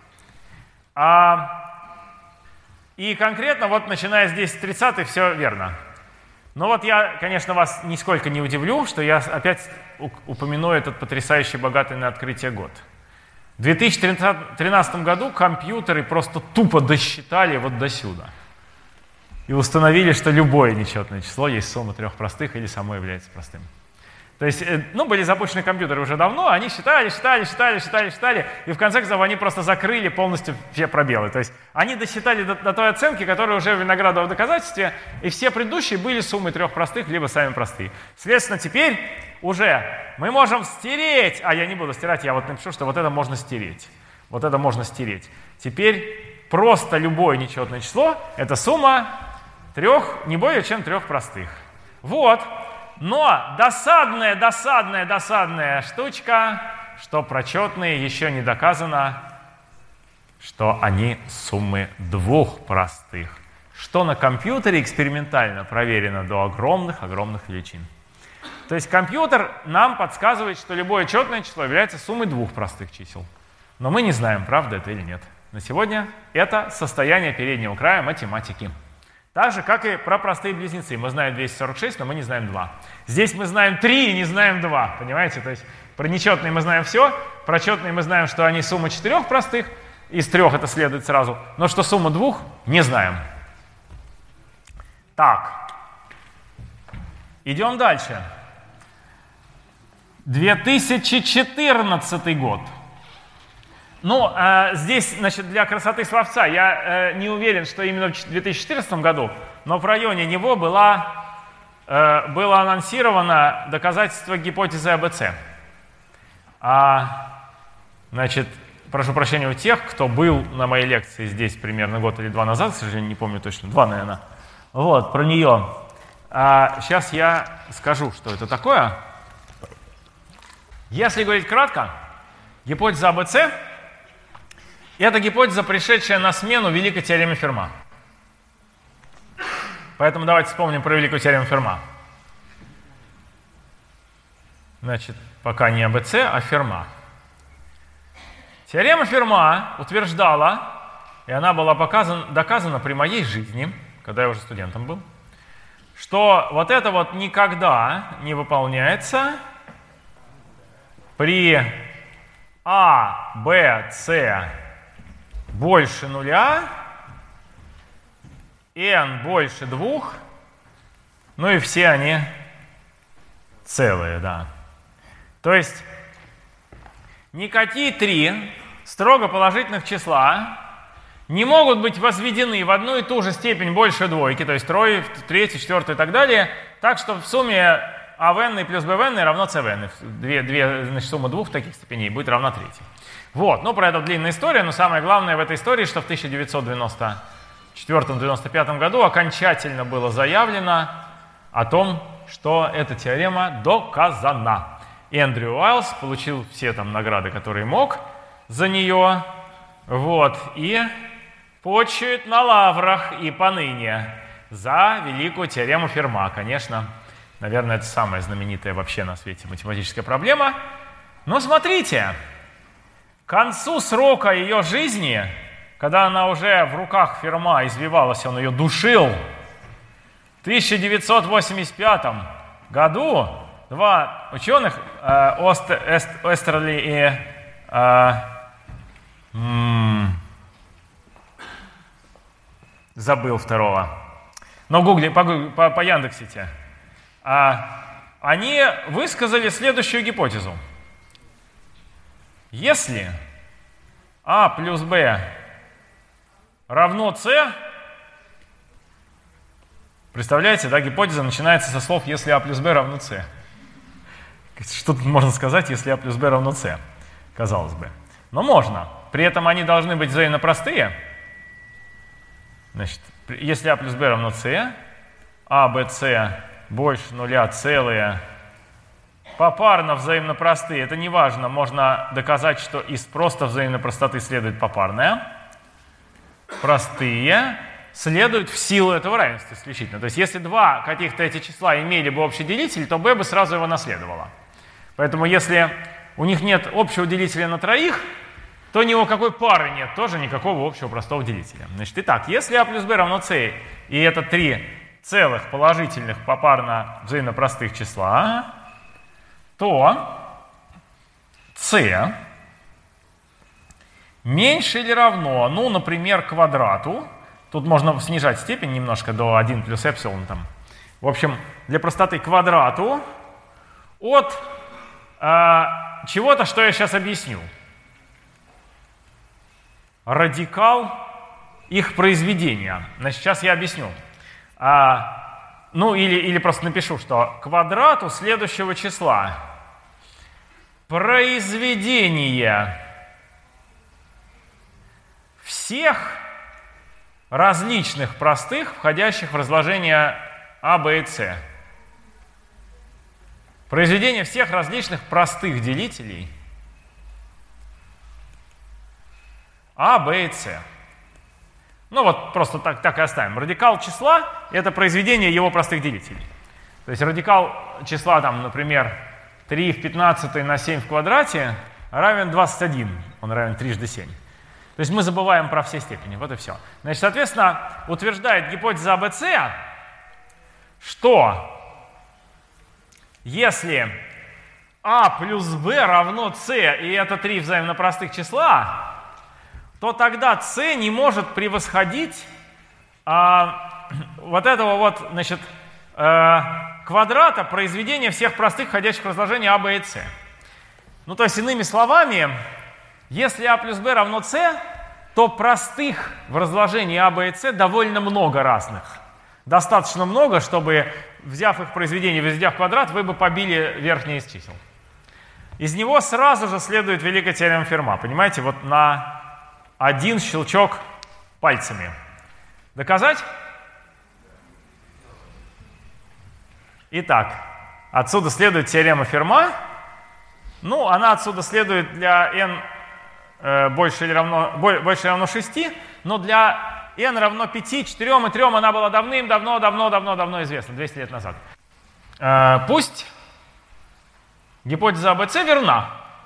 А, и конкретно, вот начиная с десять в тридцатой, все верно. Но вот я, конечно, вас нисколько не удивлю, что я опять упомяну этот потрясающий богатый на открытие год. В две тысячи тринадцатом году компьютеры просто тупо досчитали вот до сюда. И установили, что любое нечетное число есть сумма трех простых или само является простым. То есть, ну, были запущены компьютеры уже давно, они считали, считали, считали, считали, считали, и в конце концов они просто закрыли полностью все пробелы. То есть они досчитали до, до той оценки, которая уже в Виноградовом доказательстве, и все предыдущие были суммой трех простых, либо сами простые. Следственно, теперь уже мы можем стереть, а я не буду стирать, я вот напишу, что вот это можно стереть. Вот это можно стереть. Теперь просто любое нечетное число — это сумма трех, не более чем трех простых. Вот. Но досадная, досадная, досадная штучка, что про четные еще не доказано, что они суммы двух простых. Что на компьютере экспериментально проверено до огромных-огромных величин. То есть компьютер нам подсказывает, что любое четное число является суммой двух простых чисел. Но мы не знаем, правда это или нет. На сегодня это состояние переднего края математики. Так же, как и про простые близнецы. Мы знаем двести сорок шесть, но мы не знаем два. Здесь мы знаем три и не знаем два. Понимаете? То есть про нечетные мы знаем все, про четные мы знаем, что они сумма четырех простых, из трех это следует сразу, но что сумма двух, не знаем. Так, идем дальше. две тысячи четырнадцатый год. Ну, э, здесь, значит, для красоты словца я э, не уверен, что именно в две тысячи четырнадцатом году, но в районе него была, э, было анонсировано доказательство гипотезы А Б С. А, значит, прошу прощения у тех, кто был на моей лекции здесь примерно год или два назад, к сожалению, не помню точно, два, наверное. Вот, про нее. А, сейчас я скажу, что это такое. Если говорить кратко, гипотеза А Б С — это гипотеза, пришедшая на смену великой теореме Ферма. Поэтому давайте вспомним про великую теорему Ферма. Значит, пока не А Б С, а Ферма. Теорема Ферма утверждала, и она была показана, доказана при моей жизни, когда я уже студентом был, что вот это вот никогда не выполняется при А, Б, С больше нуля, n больше двух, ну и все они целые, да. То есть никакие три строго положительных числа не могут быть возведены в одну и ту же степень больше двойки, то есть трое, третье, четвертое и так далее, так что в сумме А в n плюс b в n равно c в n. Две, две, значит, сумма двух таких степеней будет равна третьей. Вот, ну про это длинная история, но самое главное в этой истории, что в тысяча девятьсот девяносто четвёртом — девяносто пятом году окончательно было заявлено о том, что эта теорема доказана. И Эндрю Уайлс получил все там награды, которые мог за нее, вот, и почует на лаврах и поныне за великую теорему Ферма. Конечно, наверное, это самая знаменитая вообще на свете математическая проблема. Но смотрите, к концу срока ее жизни, когда она уже в руках Ферма извивалась, он ее душил, в тысяча девятьсот восемьдесят пятом году два ученых, э, Ост, Эст, Эстерли и э, м- забыл второго, но в Гугле, по, по, по Яндекс.Сети, э, они высказали следующую гипотезу. Если А плюс Б равно С, представляете, да, гипотеза начинается со слов «если А плюс Б равно С». Что тут можно сказать, если А плюс Б равно С, казалось бы. Но можно. При этом они должны быть взаимно простые. Значит, если А плюс Б равно С, А, Б, С больше нуля целые, попарно взаимно простые. Это не важно, можно доказать, что из просто взаимной простоты следует попарное. Простые следуют в силу этого равенства исключительно. То есть если два каких-то эти числа имели бы общий делитель, то b бы сразу его наследовало. Поэтому если у них нет общего делителя на троих, то ни у какой пары нет тоже никакого общего простого делителя. Значит, итак, если А плюс Б равно С, и это три целых положительных попарно взаимно простых числа, то С меньше или равно, ну, например, квадрату. Тут можно снижать степень немножко до один плюс эпсилон там. В общем, для простоты квадрату от э, чего-то, что я сейчас объясню. Радикал их произведения. Значит, сейчас я объясню. А, ну, или, или просто напишу, что квадрату следующего числа произведение всех различных простых, входящих в разложение А, Б и С. Произведение всех различных простых делителей А, Б и С. Ну вот просто так, так и оставим. Радикал числа — это произведение его простых делителей. То есть радикал числа, там, например, три в пятнадцатой на семь в квадрате равен двадцать один. Он равен трижды семь. То есть мы забываем про все степени. Вот и все. Значит, соответственно, утверждает гипотеза А Б С, что если А плюс Б равно С, и это три взаимно простых числа, то тогда С не может превосходить а, вот этого вот, значит, а, квадрата произведения всех простых, входящих в разложение А, Б и С. Ну, то есть, иными словами, если А плюс Б равно С, то простых в разложении А, Б и С довольно много разных. Достаточно много, чтобы, взяв их произведение, возведя в квадрат, вы бы побили верхние из чисел. Из него сразу же следует великая теорема Ферма. Понимаете, вот на один щелчок пальцами. Доказать? Итак, отсюда следует теорема Ферма. Ну, она отсюда следует для n э, больше или равно, больше или равно шести, но для n равно пяти, четырем и трем она была давным-давно, давно-давно, давно известна, двести лет назад. Э, пусть гипотеза А Б С верна.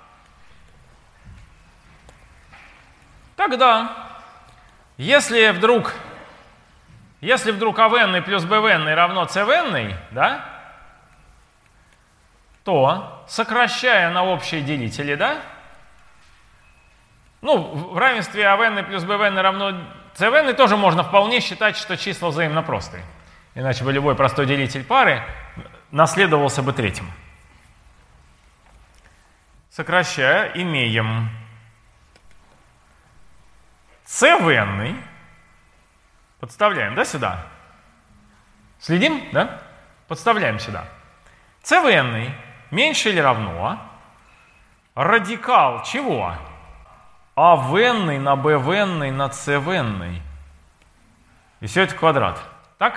Тогда, если вдруг, если вдруг А в n плюс Б в n равно С в n, да, то, сокращая на общие делители, да, ну, в равенстве А в n плюс Б в n равно С в n тоже можно вполне считать, что числа взаимно простые. Иначе бы любой простой делитель пары наследовался бы третьим. Сокращая, имеем С в n, подставляем, да, сюда? Следим, да? Подставляем сюда. С в n меньше или равно радикал чего? А в n на b в n на c в n. И все это квадрат. Так?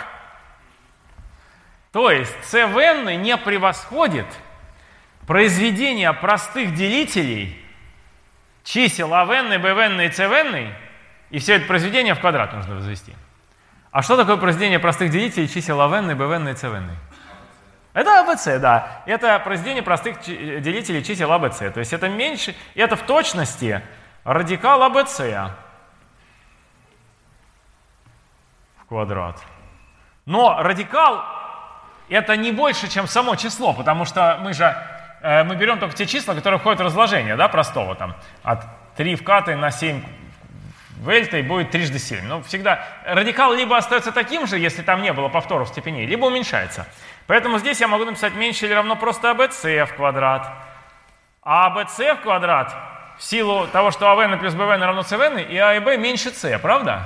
То есть c в n не превосходит произведение простых делителей чисел а в n, b в n и c в n, и все это произведение в квадрат нужно возвести. А что такое произведение простых делителей чисел а в n, b в n и c в n? Это А Б С, да. Это произведение простых делителей чисел А Б С. То есть это меньше, это в точности радикал А Б С в квадрат. Но радикал это не больше, чем само число, потому что мы же э, мы берем только те числа, которые входят в разложение, да, простого, там, от три в катой на семь в эльтой будет трижды семь. Ну, всегда радикал либо остается таким же, если там не было повторов степеней, либо уменьшается. Поэтому здесь я могу написать меньше или равно просто АБС в квадрат. А АБС в квадрат в силу того, что АВН плюс БВН равно СВН, и А и Б меньше С, правда?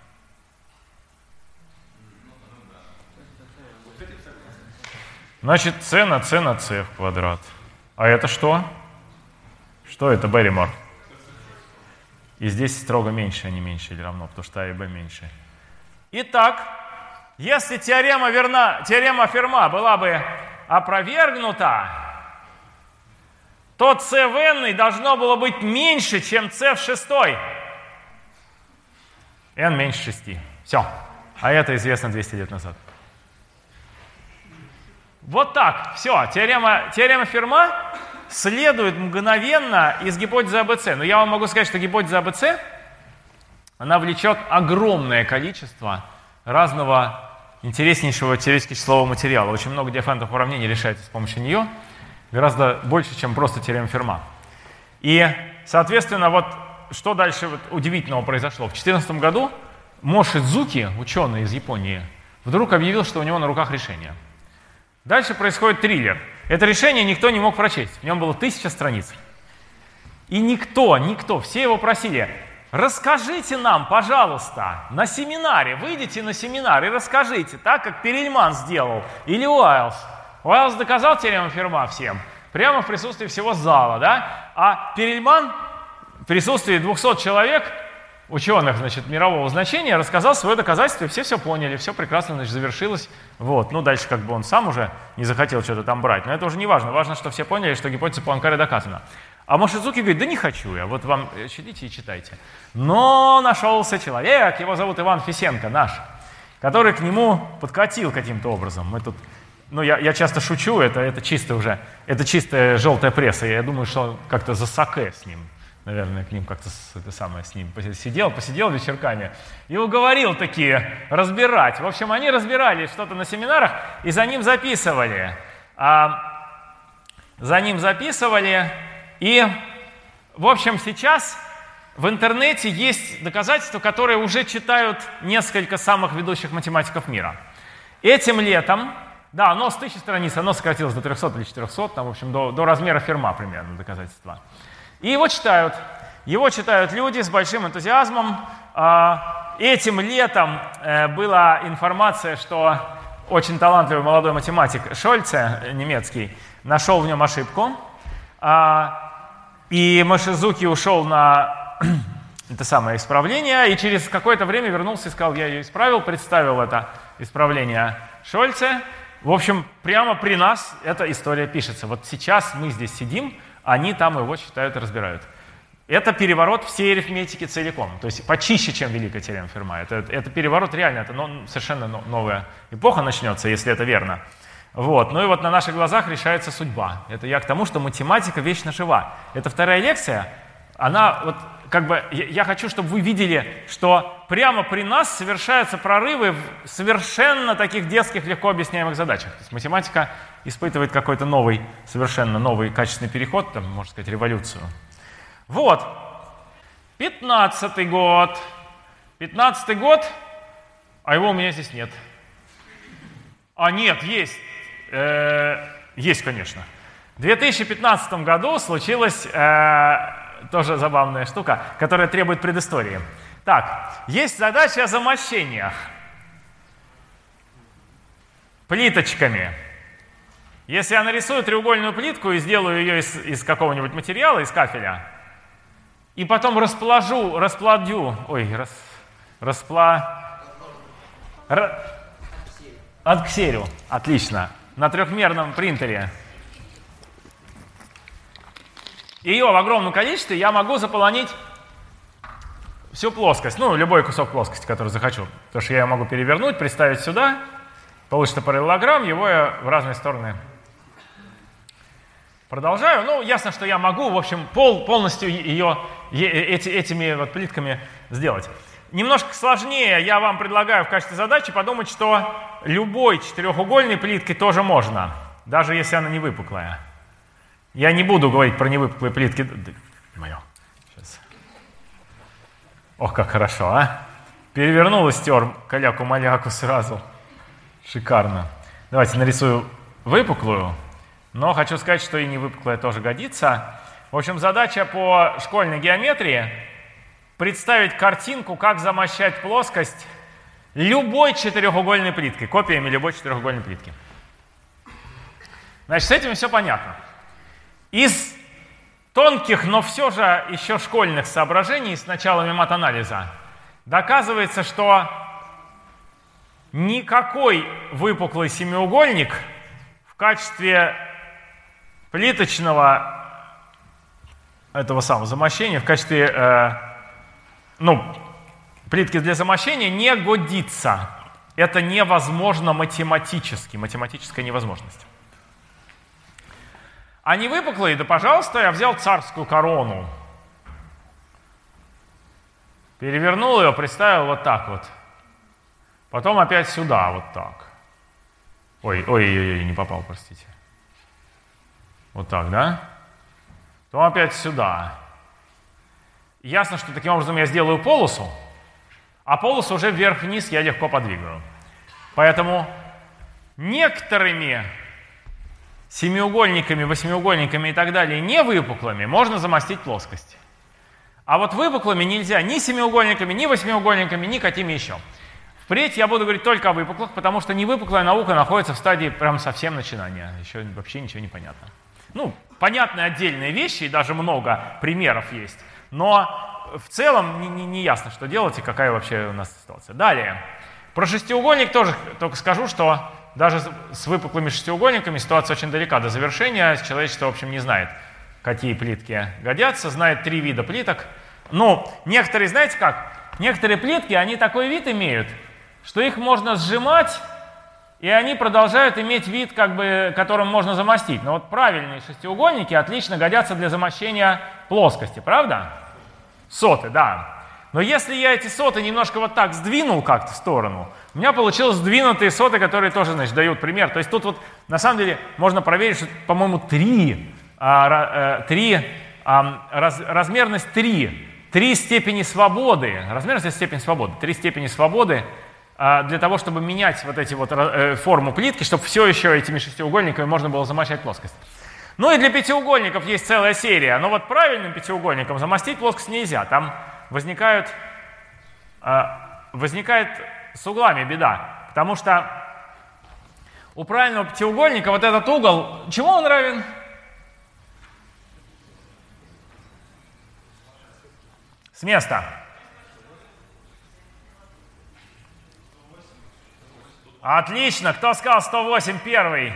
Значит, С на С на С в квадрат. А это что? Что это, Берримор? И здесь строго меньше, а не меньше или равно, потому что А и Б меньше. Итак, если теорема верна, теорема Ферма была бы опровергнута, то С в n должно было быть меньше, чем С в шестой. n меньше шести. Все. А это известно двести лет назад. Вот так. Все. Теорема, теорема Ферма следует мгновенно из гипотезы АБЦ. Но я вам могу сказать, что гипотеза АБЦ, она влечет огромное количество разного интереснейшего теоретически числового материала. Очень много дифферентных уравнений решается с помощью нее. Гораздо больше, чем просто теорема Ферма. И, соответственно, вот что дальше вот удивительного произошло. В две тысячи четырнадцатом году Мошидзуки, ученый из Японии, вдруг объявил, что у него на руках решение. Дальше происходит триллер. Это решение никто не мог прочесть. В нем было тысяча страниц. И никто, никто, все его просили: расскажите нам, пожалуйста, на семинаре, выйдите на семинар и расскажите, так как Перельман сделал или Уайлс. Уайлс доказал теорему Ферма всем, прямо в присутствии всего зала, да? А Перельман в присутствии двухсот человек, ученых, значит, мирового значения, рассказал свое доказательство, и все все поняли, все прекрасно, значит, завершилось. Вот. Ну, дальше как бы он сам уже не захотел что-то там брать, но это уже не важно. Важно, что все поняли, что гипотеза Пуанкаре доказана. А Мошидзуки говорит: да не хочу я, вот вам читайте и читайте. Но нашелся человек, его зовут Иван Фисенко, наш, который к нему подкатил каким-то образом. Мы тут, ну, я, я часто шучу, это, это чисто уже, это чистая желтая пресса, я думаю, что как-то за саке с ним. Наверное, к ним как-то это самое, с ним сидел, посидел вечерками и уговорил такие разбирать. В общем, они разбирали что-то на семинарах и за ним записывали. А, за ним записывали. И, в общем, сейчас в интернете есть доказательства, которые уже читают несколько самых ведущих математиков мира. Этим летом, да, оно с тысячи страниц, оно сократилось до трехсот или четырехсот, там, в общем, до, до размера Ферма примерно доказательства. И его читают. Его читают люди с большим энтузиазмом. Этим летом была информация, что очень талантливый молодой математик Шольце, немецкий, нашел в нем ошибку. И Мошидзуки ушел на это самое исправление, и через какое-то время вернулся и сказал: я ее исправил, представил это исправление Шольце. В общем, прямо при нас эта история пишется. Вот сейчас мы здесь сидим, они там его читают и разбирают. Это переворот всей арифметики целиком. То есть почище, чем Великая теорема Ферма. Это, это переворот реально, это но, совершенно новая эпоха начнется, если это верно. Вот. Ну и вот на наших глазах решается судьба. Это я к тому, что математика вечно жива. Это вторая лекция. Она вот как бы, я, я хочу, чтобы вы видели, что прямо при нас совершаются прорывы в совершенно таких детских, легко объясняемых задачах. То есть математика испытывает какой-то новый, совершенно новый качественный переход, там, можно сказать, революцию. Вот. Пятнадцатый год. Пятнадцатый год, а его у меня здесь нет. А нет, есть. Э-э- есть, конечно. В две тысячи пятнадцатом году случилась э- тоже забавная штука, которая требует предыстории. Так, есть задача о замощениях плиточками. Если я нарисую треугольную плитку и сделаю ее из, из какого-нибудь материала, из кафеля, и потом расположу, расплодю, ой, рас, распла... Р, адксерю, отлично, на трехмерном принтере. Ее в огромном количестве я могу заполонить всю плоскость, ну, любой кусок плоскости, который захочу. Потому что я ее могу перевернуть, приставить сюда, получится параллелограмм, его я в разные стороны продолжаю. Ну, ясно, что я могу, в общем, пол, полностью ее, эти, этими вот плитками сделать. немножко сложнее я вам предлагаю в качестве задачи подумать, что любой четырехугольной плиткой тоже можно, даже если она не выпуклая. Я не буду говорить про невыпуклые плитки. Мое. Сейчас. Ох, как хорошо, а? Перевернул и стер каляку-маляку сразу. Шикарно. Давайте нарисую выпуклую, но хочу сказать, что и невыпуклая тоже годится. В общем, задача по школьной геометрии — представить картинку, как замощать плоскость любой четырехугольной плиткой, копиями любой четырехугольной плитки. Значит, с этим все понятно. Из тонких, но все же еще школьных соображений с началами матанализа доказывается, что никакой выпуклый семиугольник в качестве плиточного этого самого замощения, в качестве э, ну, плитки для замощения не годится. Это невозможно математически, математическая невозможность. А не выпуклые, да пожалуйста, я взял царскую корону, перевернул ее, представил вот так вот. Потом опять сюда, вот так. Ой, ой, ой, ой, не попал, простите. Вот так, да? Потом опять сюда. Ясно, что таким образом я сделаю полосу, а полосу уже вверх-вниз я легко подвигаю. Поэтому некоторыми семиугольниками, восьмиугольниками и так далее, не выпуклыми, можно замостить плоскость. А вот выпуклыми нельзя ни семиугольниками, ни восьмиугольниками, ни какими еще. Впредь я буду говорить только о выпуклых, потому что невыпуклая наука находится в стадии прям совсем начинания. Еще вообще ничего не понятно. Ну, понятны отдельные вещи, и даже много примеров есть, но в целом не, не, не ясно, что делать и какая вообще у нас ситуация. Далее. Про шестиугольник тоже только скажу, что даже с выпуклыми шестиугольниками ситуация очень далека до завершения. Человечество, в общем, не знает, какие плитки годятся, знает три вида плиток. Ну, некоторые, знаете как? Некоторые плитки, они такой вид имеют, что их можно сжимать, и они продолжают иметь вид, как бы, которым можно замостить. Но вот правильные шестиугольники отлично годятся для замощения плоскости, правда? Соты, да. Но если я эти соты немножко вот так сдвинул как-то в сторону, у меня получилось сдвинутые соты, которые тоже, значит, дают пример. То есть тут вот на самом деле можно проверить, что, по-моему, три, а, три а, раз, размерность три, три степени свободы, размерность — это степень свободы, три степени свободы а, для того, чтобы менять вот эти вот э, форму плитки, чтобы все еще этими шестиугольниками можно было замощать плоскость. Ну и для пятиугольников есть целая серия, но вот правильным пятиугольником замостить плоскость нельзя, там возникают, э, возникает с углами беда, потому что у правильного пятиугольника вот этот угол, чему он равен? С места. Отлично, кто сказал сто восемь первый?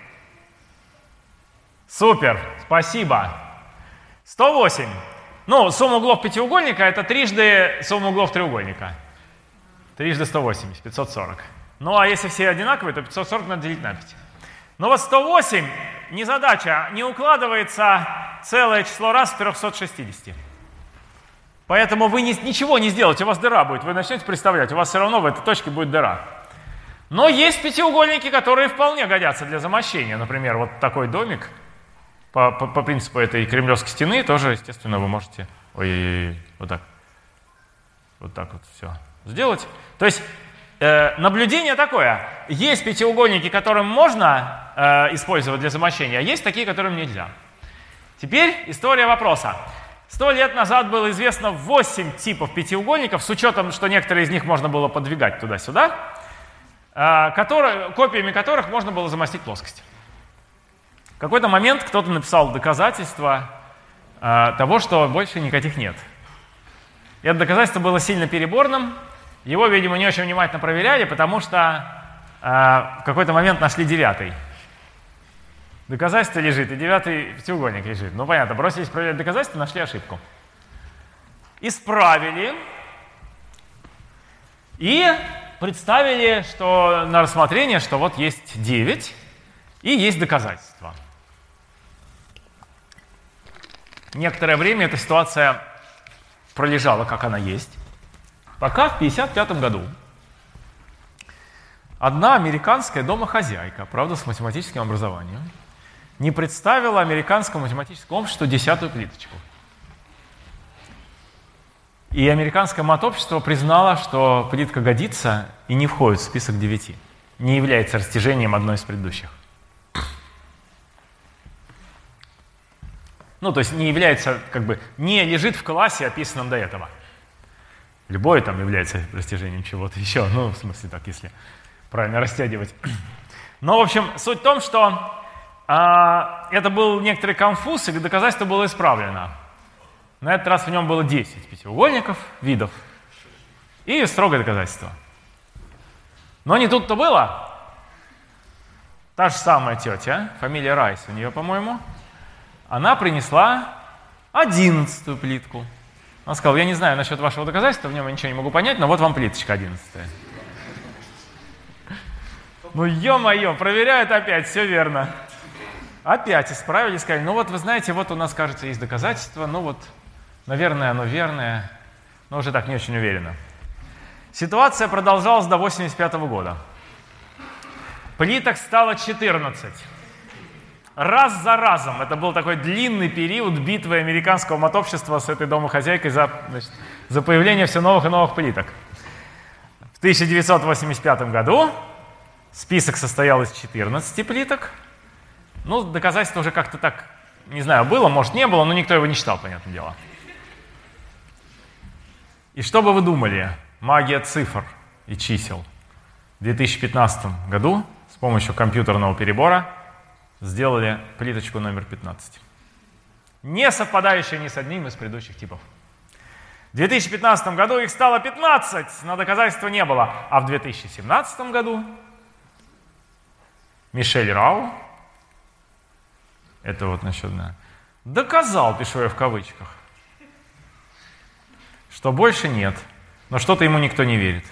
Супер, спасибо. сто восемь. Ну, сумма углов пятиугольника — это трижды сумма углов треугольника. Трижды сто восемьдесят, пятьсот сорок. Ну, а если все одинаковые, то пятьсот сорок надо делить на пять. Но вот сто восемь, не задача, не укладывается целое число раз в триста шестьдесят. Поэтому вы не, ничего не сделаете, у вас дыра будет. Вы начнете представлять, у вас все равно в этой точке будет дыра. Но есть пятиугольники, которые вполне годятся для замощения. Например, вот такой домик. По, по, по принципу этой кремлевской стены тоже, естественно, вы можете ой, вот так, вот так вот все сделать. То есть э, наблюдение такое. Есть пятиугольники, которым можно э, использовать для замощения, а есть такие, которым нельзя. Теперь история вопроса. Сто лет назад было известно восемь типов пятиугольников, с учетом, что некоторые из них можно было подвигать туда-сюда, э, которые, копиями которых можно было замостить плоскость. В какой-то момент кто-то написал доказательства э, того, что больше никаких нет. И это доказательство было сильно переборным. Его, видимо, не очень внимательно проверяли, потому что э, в какой-то момент нашли девятый. Доказательство лежит, и девятый пятиугольник лежит. Ну, понятно, бросились проверять доказательства, нашли ошибку. Исправили. И представили, что на рассмотрение, что вот есть девять, и есть доказательства. Некоторое время эта ситуация пролежала, как она есть. Пока в пятьдесят пятом году одна американская домохозяйка, правда, с математическим образованием, не представила американскому математическому обществу десятую плиточку. И американское матобщество признало, что плитка годится и не входит в список девяти, не является растяжением одной из предыдущих. Ну, то есть не является, как бы, не лежит в классе, описанном до этого. Любое там является растяжением чего-то еще, ну, в смысле так, если правильно растягивать. Но, в общем, суть в том, что а, это был некоторый конфуз, и доказательство было исправлено. На этот раз в нем было десять пятиугольников, видов, и строгое доказательство. Но не тут-то было. Та же самая тетя, фамилия Райс у нее, по-моему, она принесла одиннадцатую плитку. Она сказала: я не знаю насчет вашего доказательства, в нем я ничего не могу понять, но вот вам плиточка одиннадцатая. Ну, ё-моё, проверяют опять, все верно. Опять исправили, сказали: ну вот вы знаете, вот у нас, кажется, есть доказательства, ну вот, наверное, оно верное, но уже так не очень уверенно. Ситуация продолжалась до восемьдесят пятого года. Плиток стало четырнадцать. Раз за разом. Это был такой длинный период битвы американского мотобщества с этой домохозяйкой за, значит, за появление все новых и новых плиток. В тысяча девятьсот восемьдесят пятом году список состоял из четырнадцати плиток. Ну, доказательство уже как-то так, не знаю, было, может, не было, но никто его не читал, понятное дело. И что бы вы думали? Магия цифр и чисел. В две тысячи пятнадцатом году с помощью компьютерного перебора сделали плиточку номер пятнадцать. Не совпадающая ни с одним из предыдущих типов. В две тысячи пятнадцатом году их стало пятнадцать, но доказательства не было. А в две тысячи семнадцатом году Мишель Рау, это вот насчет, да, доказал, пишу я в кавычках, что больше нет, но что-то ему никто не верит.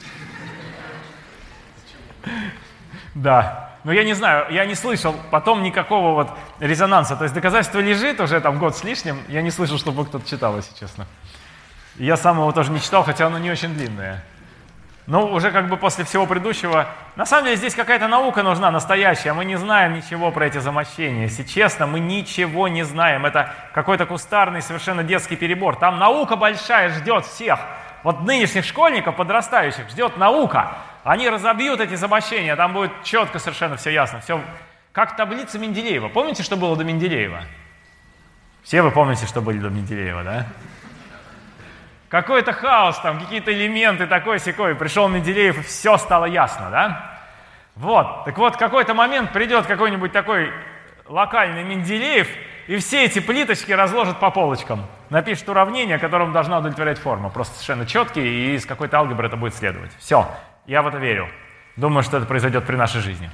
Да. Но я не знаю, я не слышал потом никакого вот резонанса. То есть доказательство лежит уже там год с лишним. Я не слышал, чтобы кто-то читал, если честно. И я сам его тоже не читал, хотя оно не очень длинное. Но уже как бы после всего предыдущего... На самом деле здесь какая-то наука нужна, настоящая. Мы не знаем ничего про эти замощения. Если честно, мы ничего не знаем. Это какой-то кустарный, совершенно детский перебор. Там наука большая ждет всех. Вот нынешних школьников, подрастающих, ждет наука. Они разобьют эти замощения, там будет четко совершенно все ясно. Все как таблица Менделеева. Помните, что было до Менделеева? Все вы помните, что были до Менделеева, да? Какой-то хаос, там какие-то элементы такой-сякой. Пришел Менделеев, и все стало ясно, да? Вот. Так вот, в какой-то момент придет какой-нибудь такой локальный Менделеев, и все эти плиточки разложат по полочкам. Напишет уравнение, которому должна удовлетворять форма. Просто совершенно четкие, и из какой-то алгебры это будет следовать. Все. Я в это верю. Думаю, что это произойдет при нашей жизни.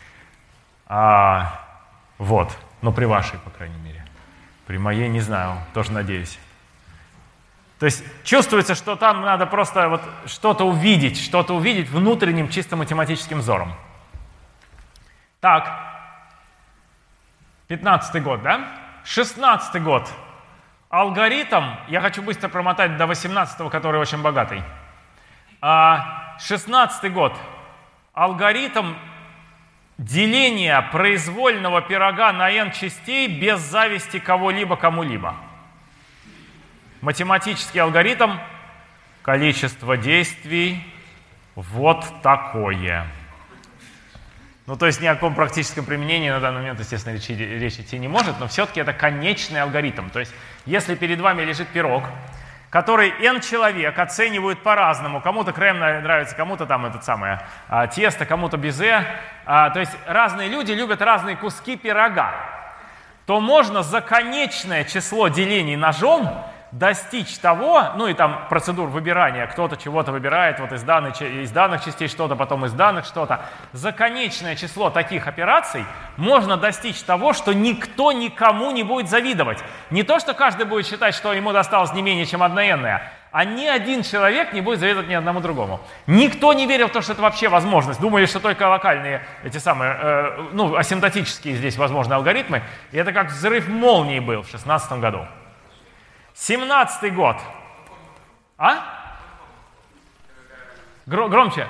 А, вот. Но при вашей, по крайней мере. При моей не знаю. Тоже надеюсь. То есть чувствуется, что там надо просто вот что-то увидеть, что-то увидеть внутренним чисто математическим взором. Так. пятнадцатый год, да? шестнадцатый год. Алгоритм, я хочу быстро промотать до восемнадцатого, который очень богатый. А шестнадцатый год. Алгоритм деления произвольного пирога на n частей без зависти кого-либо кому-либо. Математический алгоритм, количество действий вот такое. Ну, то есть ни о каком практическом применении на данный момент, естественно, речь, речь идти не может, но все-таки это конечный алгоритм. То есть если перед вами лежит пирог, который n человек оценивают по-разному, кому-то крем нравится, кому-то там это самое а, тесто, кому-то безе, а, то есть разные люди любят разные куски пирога, то можно за конечное число делений ножом достичь того, ну и там процедур выбирания, кто-то чего-то выбирает вот из данных, из данных частей что-то, потом из данных что-то. За конечное число таких операций можно достичь того, что никто никому не будет завидовать. Не то, что каждый будет считать, что ему досталось не менее, чем одна n-ная, а ни один человек не будет завидовать ни одному другому. Никто не верил в то, что это вообще возможность. Думали, что только локальные, эти самые, э, ну, асимптотические здесь возможны алгоритмы. И это как взрыв молнии был в шестнадцатом году. семнадцатый год. А? Гро- громче.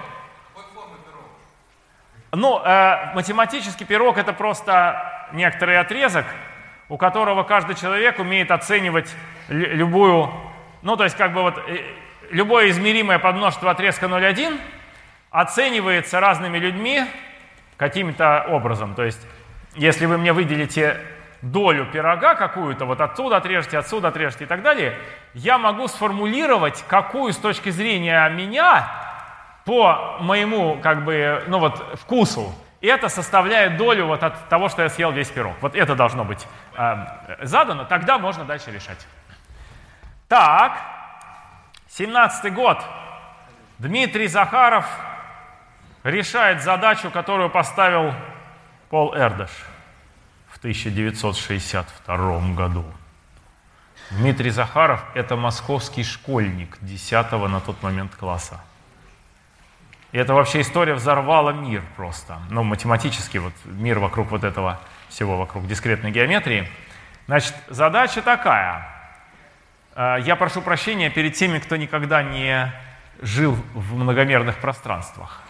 Ну, э, математический пирог — это просто некоторый отрезок, у которого каждый человек умеет оценивать лю- любую, ну, то есть как бы вот э, любое измеримое подмножество отрезка ноль целых одна десятая оценивается разными людьми каким-то образом. То есть если вы мне выделите долю пирога какую-то, вот отсюда отрежете, отсюда отрежете и так далее, я могу сформулировать, какую с точки зрения меня по моему как бы, ну вот, вкусу, это составляет долю вот от того, что я съел весь пирог. Вот это должно быть э, задано, тогда можно дальше решать. Так, семнадцатый год. Дмитрий Захаров решает задачу, которую поставил Пол Эрдеш в тысяча девятьсот шестьдесят втором году. Дмитрий Захаров — это московский школьник десятого на тот момент класса. И эта вообще история взорвала мир просто. Ну, математически вот мир вокруг вот этого всего, вокруг дискретной геометрии. Значит, задача такая. Я прошу прощения перед теми, кто никогда не жил в многомерных пространствах.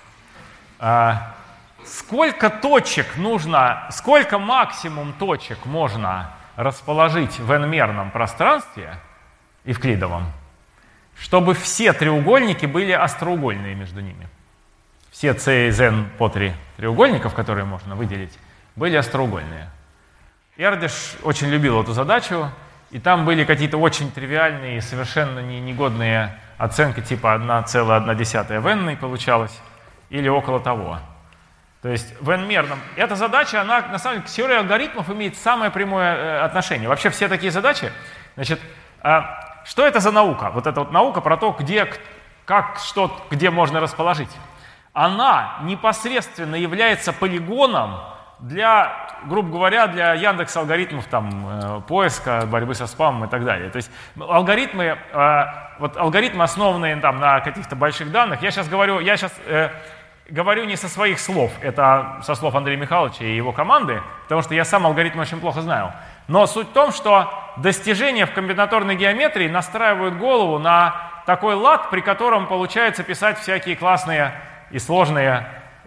Сколько точек нужно, сколько максимум точек можно расположить в n-мерном пространстве, евклидовом, чтобы все треугольники были остроугольные между ними? Все c из n по три треугольников, которые можно выделить, были остроугольные. Эрдеш очень любил эту задачу, и там были какие-то очень тривиальные, совершенно негодные оценки, типа одна целая одна десятая в n получалось, или около того. То есть в n-мерном. Эта задача, она на самом деле к теории алгоритмов имеет самое прямое отношение. Вообще все такие задачи, значит, что это за наука? Вот эта вот наука про то, где, как, что, где можно расположить. Она непосредственно является полигоном для, грубо говоря, для Яндекс алгоритмов там, поиска, борьбы со спамом и так далее. То есть алгоритмы, вот алгоритмы, основанные там, на каких-то больших данных, я сейчас говорю, я сейчас э, говорю не со своих слов, это со слов Андрея Михайловича и его команды, потому что я сам алгоритмы очень плохо знаю. Но суть в том, что достижения в комбинаторной геометрии настраивают голову на такой лад, при котором получается писать всякие классные и сложные,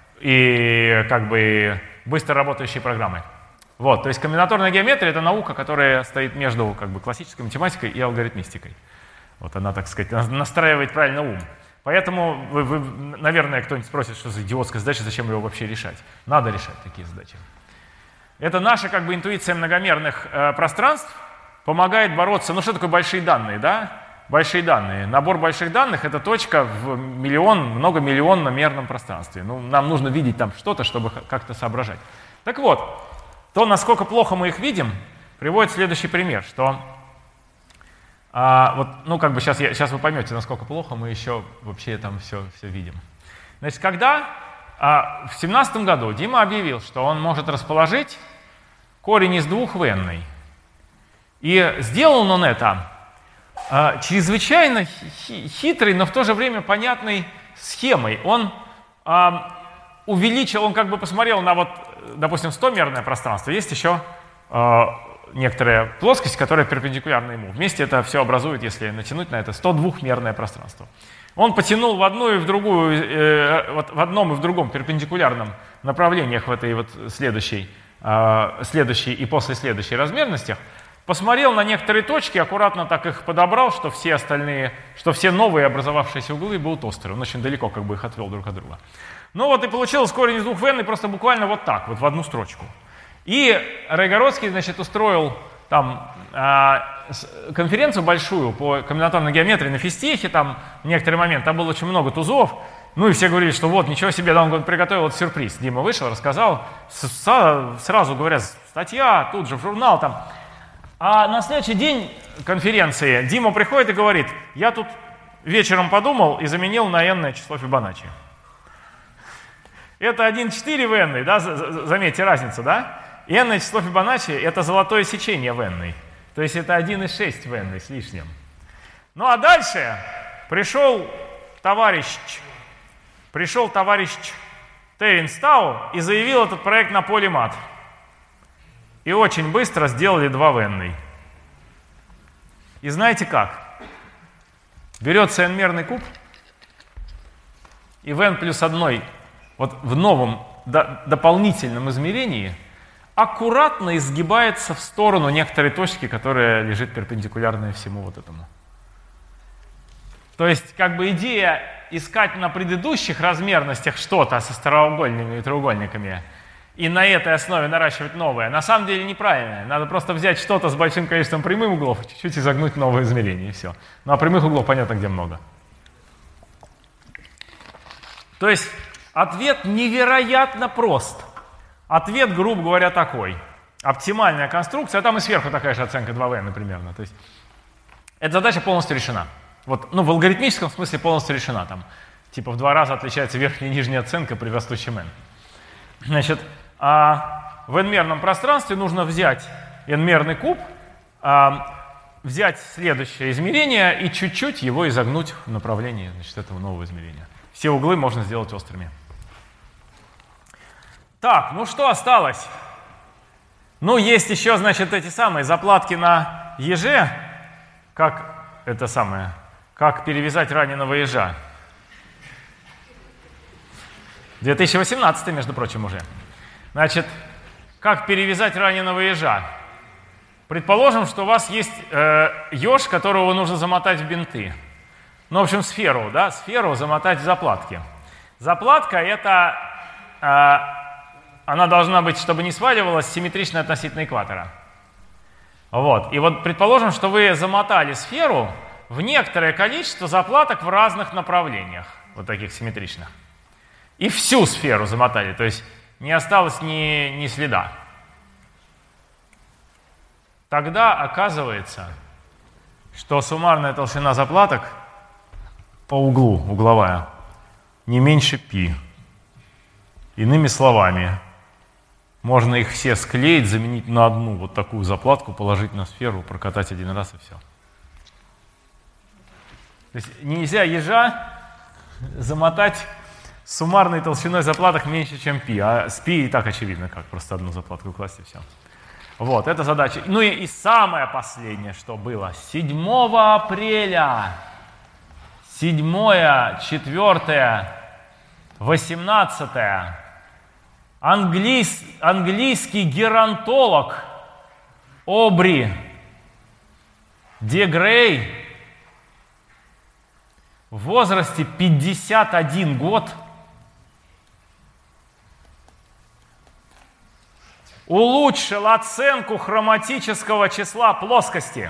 и как бы быстро работающие программы. Вот, то есть комбинаторная геометрия — это наука, которая стоит между как бы классической математикой и алгоритмистикой. Вот она, так сказать, настраивает правильно ум. Поэтому, вы, вы, наверное, кто-нибудь спросит, что за идиотская задача, зачем его вообще решать. Надо решать такие задачи. Это наша как бы интуиция многомерных э, пространств помогает бороться. Ну что такое большие данные, да? Большие данные. Набор больших данных — это точка в миллион, многомиллионно-мерном пространстве. Ну, нам нужно видеть там что-то, чтобы как-то соображать. Так вот, то, насколько плохо мы их видим, приводит следующий пример, что а, вот, ну, как бы сейчас, я, сейчас вы поймете, насколько плохо мы еще вообще там все, все видим. Значит, когда а, в семнадцатом году Дима объявил, что он может расположить корень из двух в n, и сделал он это а, чрезвычайно хитрой, но в то же время понятной схемой. Он а, увеличил, он как бы посмотрел на вот, допустим, сто-мерное пространство, есть еще а, некоторая плоскость, которая перпендикулярна ему. Вместе это все образует, если натянуть на это, сто двухмерное пространство. Он потянул в одну и в другую, э, вот в одном и в другом перпендикулярном направлениях в этой вот следующей, э, следующей и после следующей размерностях, посмотрел на некоторые точки, аккуратно так их подобрал, что все остальные, что все новые образовавшиеся углы будут острые. Он очень далеко как бы их отвел друг от друга. Ну вот и получилось корень из двух в n, и просто буквально вот так, вот в одну строчку. И Райгородский, значит, устроил там э, конференцию большую по комбинаторной геометрии на физтехе, там в некоторый момент, там было очень много тузов, ну и все говорили, что вот, ничего себе, да, он приготовил вот сюрприз. Дима вышел, рассказал, сразу говорят, статья, тут же в журнал там. А на следующий день конференции Дима приходит и говорит, я тут вечером подумал и заменил на n-ное число Фибоначчи. Это один целых четыре в n, да, заметьте разницу, да? И n-ное число Фибоначчи — это золотое сечение в n. То есть это один целых шесть в n с лишним. Ну а дальше пришел товарищ, пришел товарищ Теренс Тау и заявил этот проект на полимат. И очень быстро сделали два в n. И знаете как? Берется n-мерный куб, и в n плюс один, вот в новом до, дополнительном измерении, аккуратно изгибается в сторону некоторой точки, которая лежит перпендикулярной всему вот этому. То есть, как бы идея искать на предыдущих размерностях что-то со треугольниками и треугольниками, и на этой основе наращивать новое, на самом деле неправильная. Надо просто взять что-то с большим количеством прямых углов и чуть-чуть изогнуть новое измерение, и все. Ну а прямых углов понятно, где много. То есть ответ невероятно прост. Ответ, грубо говоря, такой. Оптимальная конструкция, а там и сверху такая же оценка два вэ эн примерно. То есть эта задача полностью решена. Вот, ну, в алгоритмическом смысле полностью решена. Там, типа в два раза отличается верхняя и нижняя оценка при растущем n. Значит, а в n-мерном пространстве нужно взять n-мерный куб, а, взять следующее измерение и чуть-чуть его изогнуть в направлении, значит, этого нового измерения. Все углы можно сделать острыми. Так, ну что осталось? Ну, есть еще, значит, эти самые заплатки на еже. Как это самое? Как перевязать раненого ежа? две тысячи восемнадцатый, между прочим, уже. Значит, как перевязать раненого ежа? Предположим, что у вас есть э, еж, которого нужно замотать в бинты. Ну, в общем, сферу, да, сферу замотать в заплатки. Заплатка — это, э, она должна быть, чтобы не сваливалась, симметрично относительно экватора. Вот. И вот предположим, что вы замотали сферу в некоторое количество заплаток в разных направлениях, вот таких симметричных. И всю сферу замотали, то есть не осталось ни, ни следа. Тогда оказывается, что суммарная толщина заплаток по углу, угловая, не меньше π. Иными словами, можно их все склеить, заменить на одну вот такую заплатку, положить на сферу, прокатать один раз и все. То есть нельзя ежа замотать суммарной толщиной заплаток меньше, чем π. А с π и так очевидно, как просто одну заплатку класть и все. Вот, это задача. Ну и, и самое последнее, что было. седьмого апреля, седьмое, четвёртое, восемнадцатое. Английс, английский геронтолог Обри де Грей в возрасте пятьдесят один год улучшил оценку хроматического числа плоскости.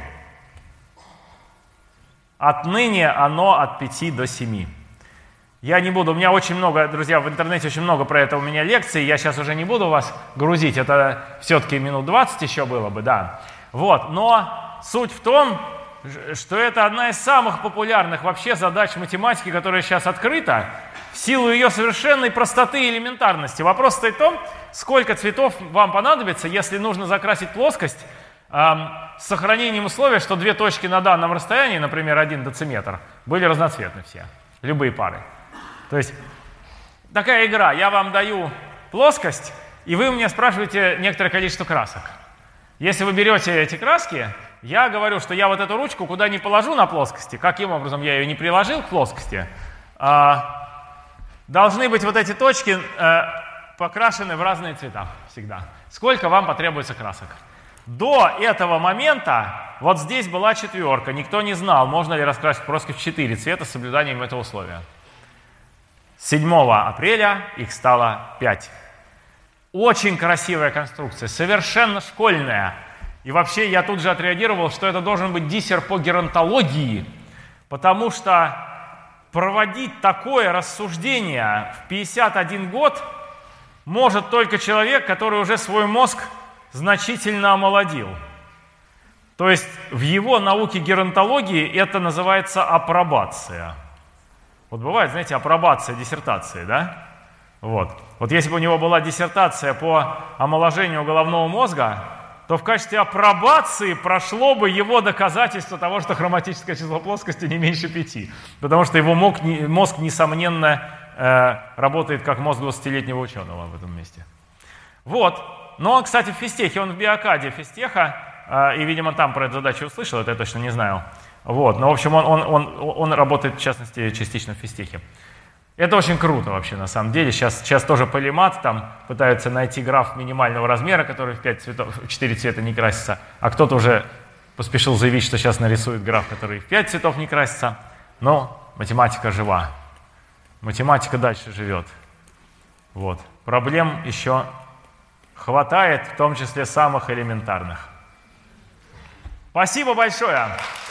Отныне оно от пяти до семи. Я не буду, у меня очень много, друзья, в интернете очень много про это у меня лекций, я сейчас уже не буду вас грузить, это все-таки минут двадцать еще было бы, да. Вот, но суть в том, что это одна из самых популярных вообще задач математики, которая сейчас открыта, в силу ее совершенной простоты и элементарности. Вопрос стоит в том, сколько цветов вам понадобится, если нужно закрасить плоскость э, с сохранением условия, что две точки на данном расстоянии, например, один дециметр, были разноцветны все, любые пары. То есть такая игра, я вам даю плоскость, и вы у меня спрашиваете некоторое количество красок. Если вы берете эти краски, я говорю, что я вот эту ручку куда не положу на плоскости, каким образом я ее не приложил к плоскости, а, должны быть вот эти точки а, покрашены в разные цвета всегда. Сколько вам потребуется красок? До этого момента вот здесь была четверка, никто не знал, можно ли раскрасить плоскость в четыре цвета с соблюданием этого условия. седьмого апреля их стало пять. Очень красивая конструкция, совершенно школьная. И вообще я тут же отреагировал, что это должен быть диссер по геронтологии, потому что проводить такое рассуждение в пятьдесят один год может только человек, который уже свой мозг значительно омолодил. То есть в его науке геронтологии это называется апробация. Вот бывает, знаете, апробация диссертации, да? Вот. Вот если бы у него была диссертация по омоложению головного мозга, то в качестве апробации прошло бы его доказательство того, что хроматическое число плоскости не меньше пяти. Потому что его мозг, мозг несомненно, э, работает как мозг двадцатилетнего ученого в этом месте. Вот. Но, кстати, в физтехе, он в биокаде физтеха, э, и, видимо, там про эту задачу услышал, это я точно не знаю. Вот. Но, в общем, он, он, он, он работает, в частности, частично в физтехе. Это очень круто вообще на самом деле. Сейчас, сейчас тоже полимат, там пытаются найти граф минимального размера, который в пять цветов, в четыре цвета не красится, а кто-то уже поспешил заявить, что сейчас нарисует граф, который в пять цветов не красится. Но математика жива. Математика дальше живет. Вот. Проблем еще хватает, в том числе самых элементарных. Спасибо большое!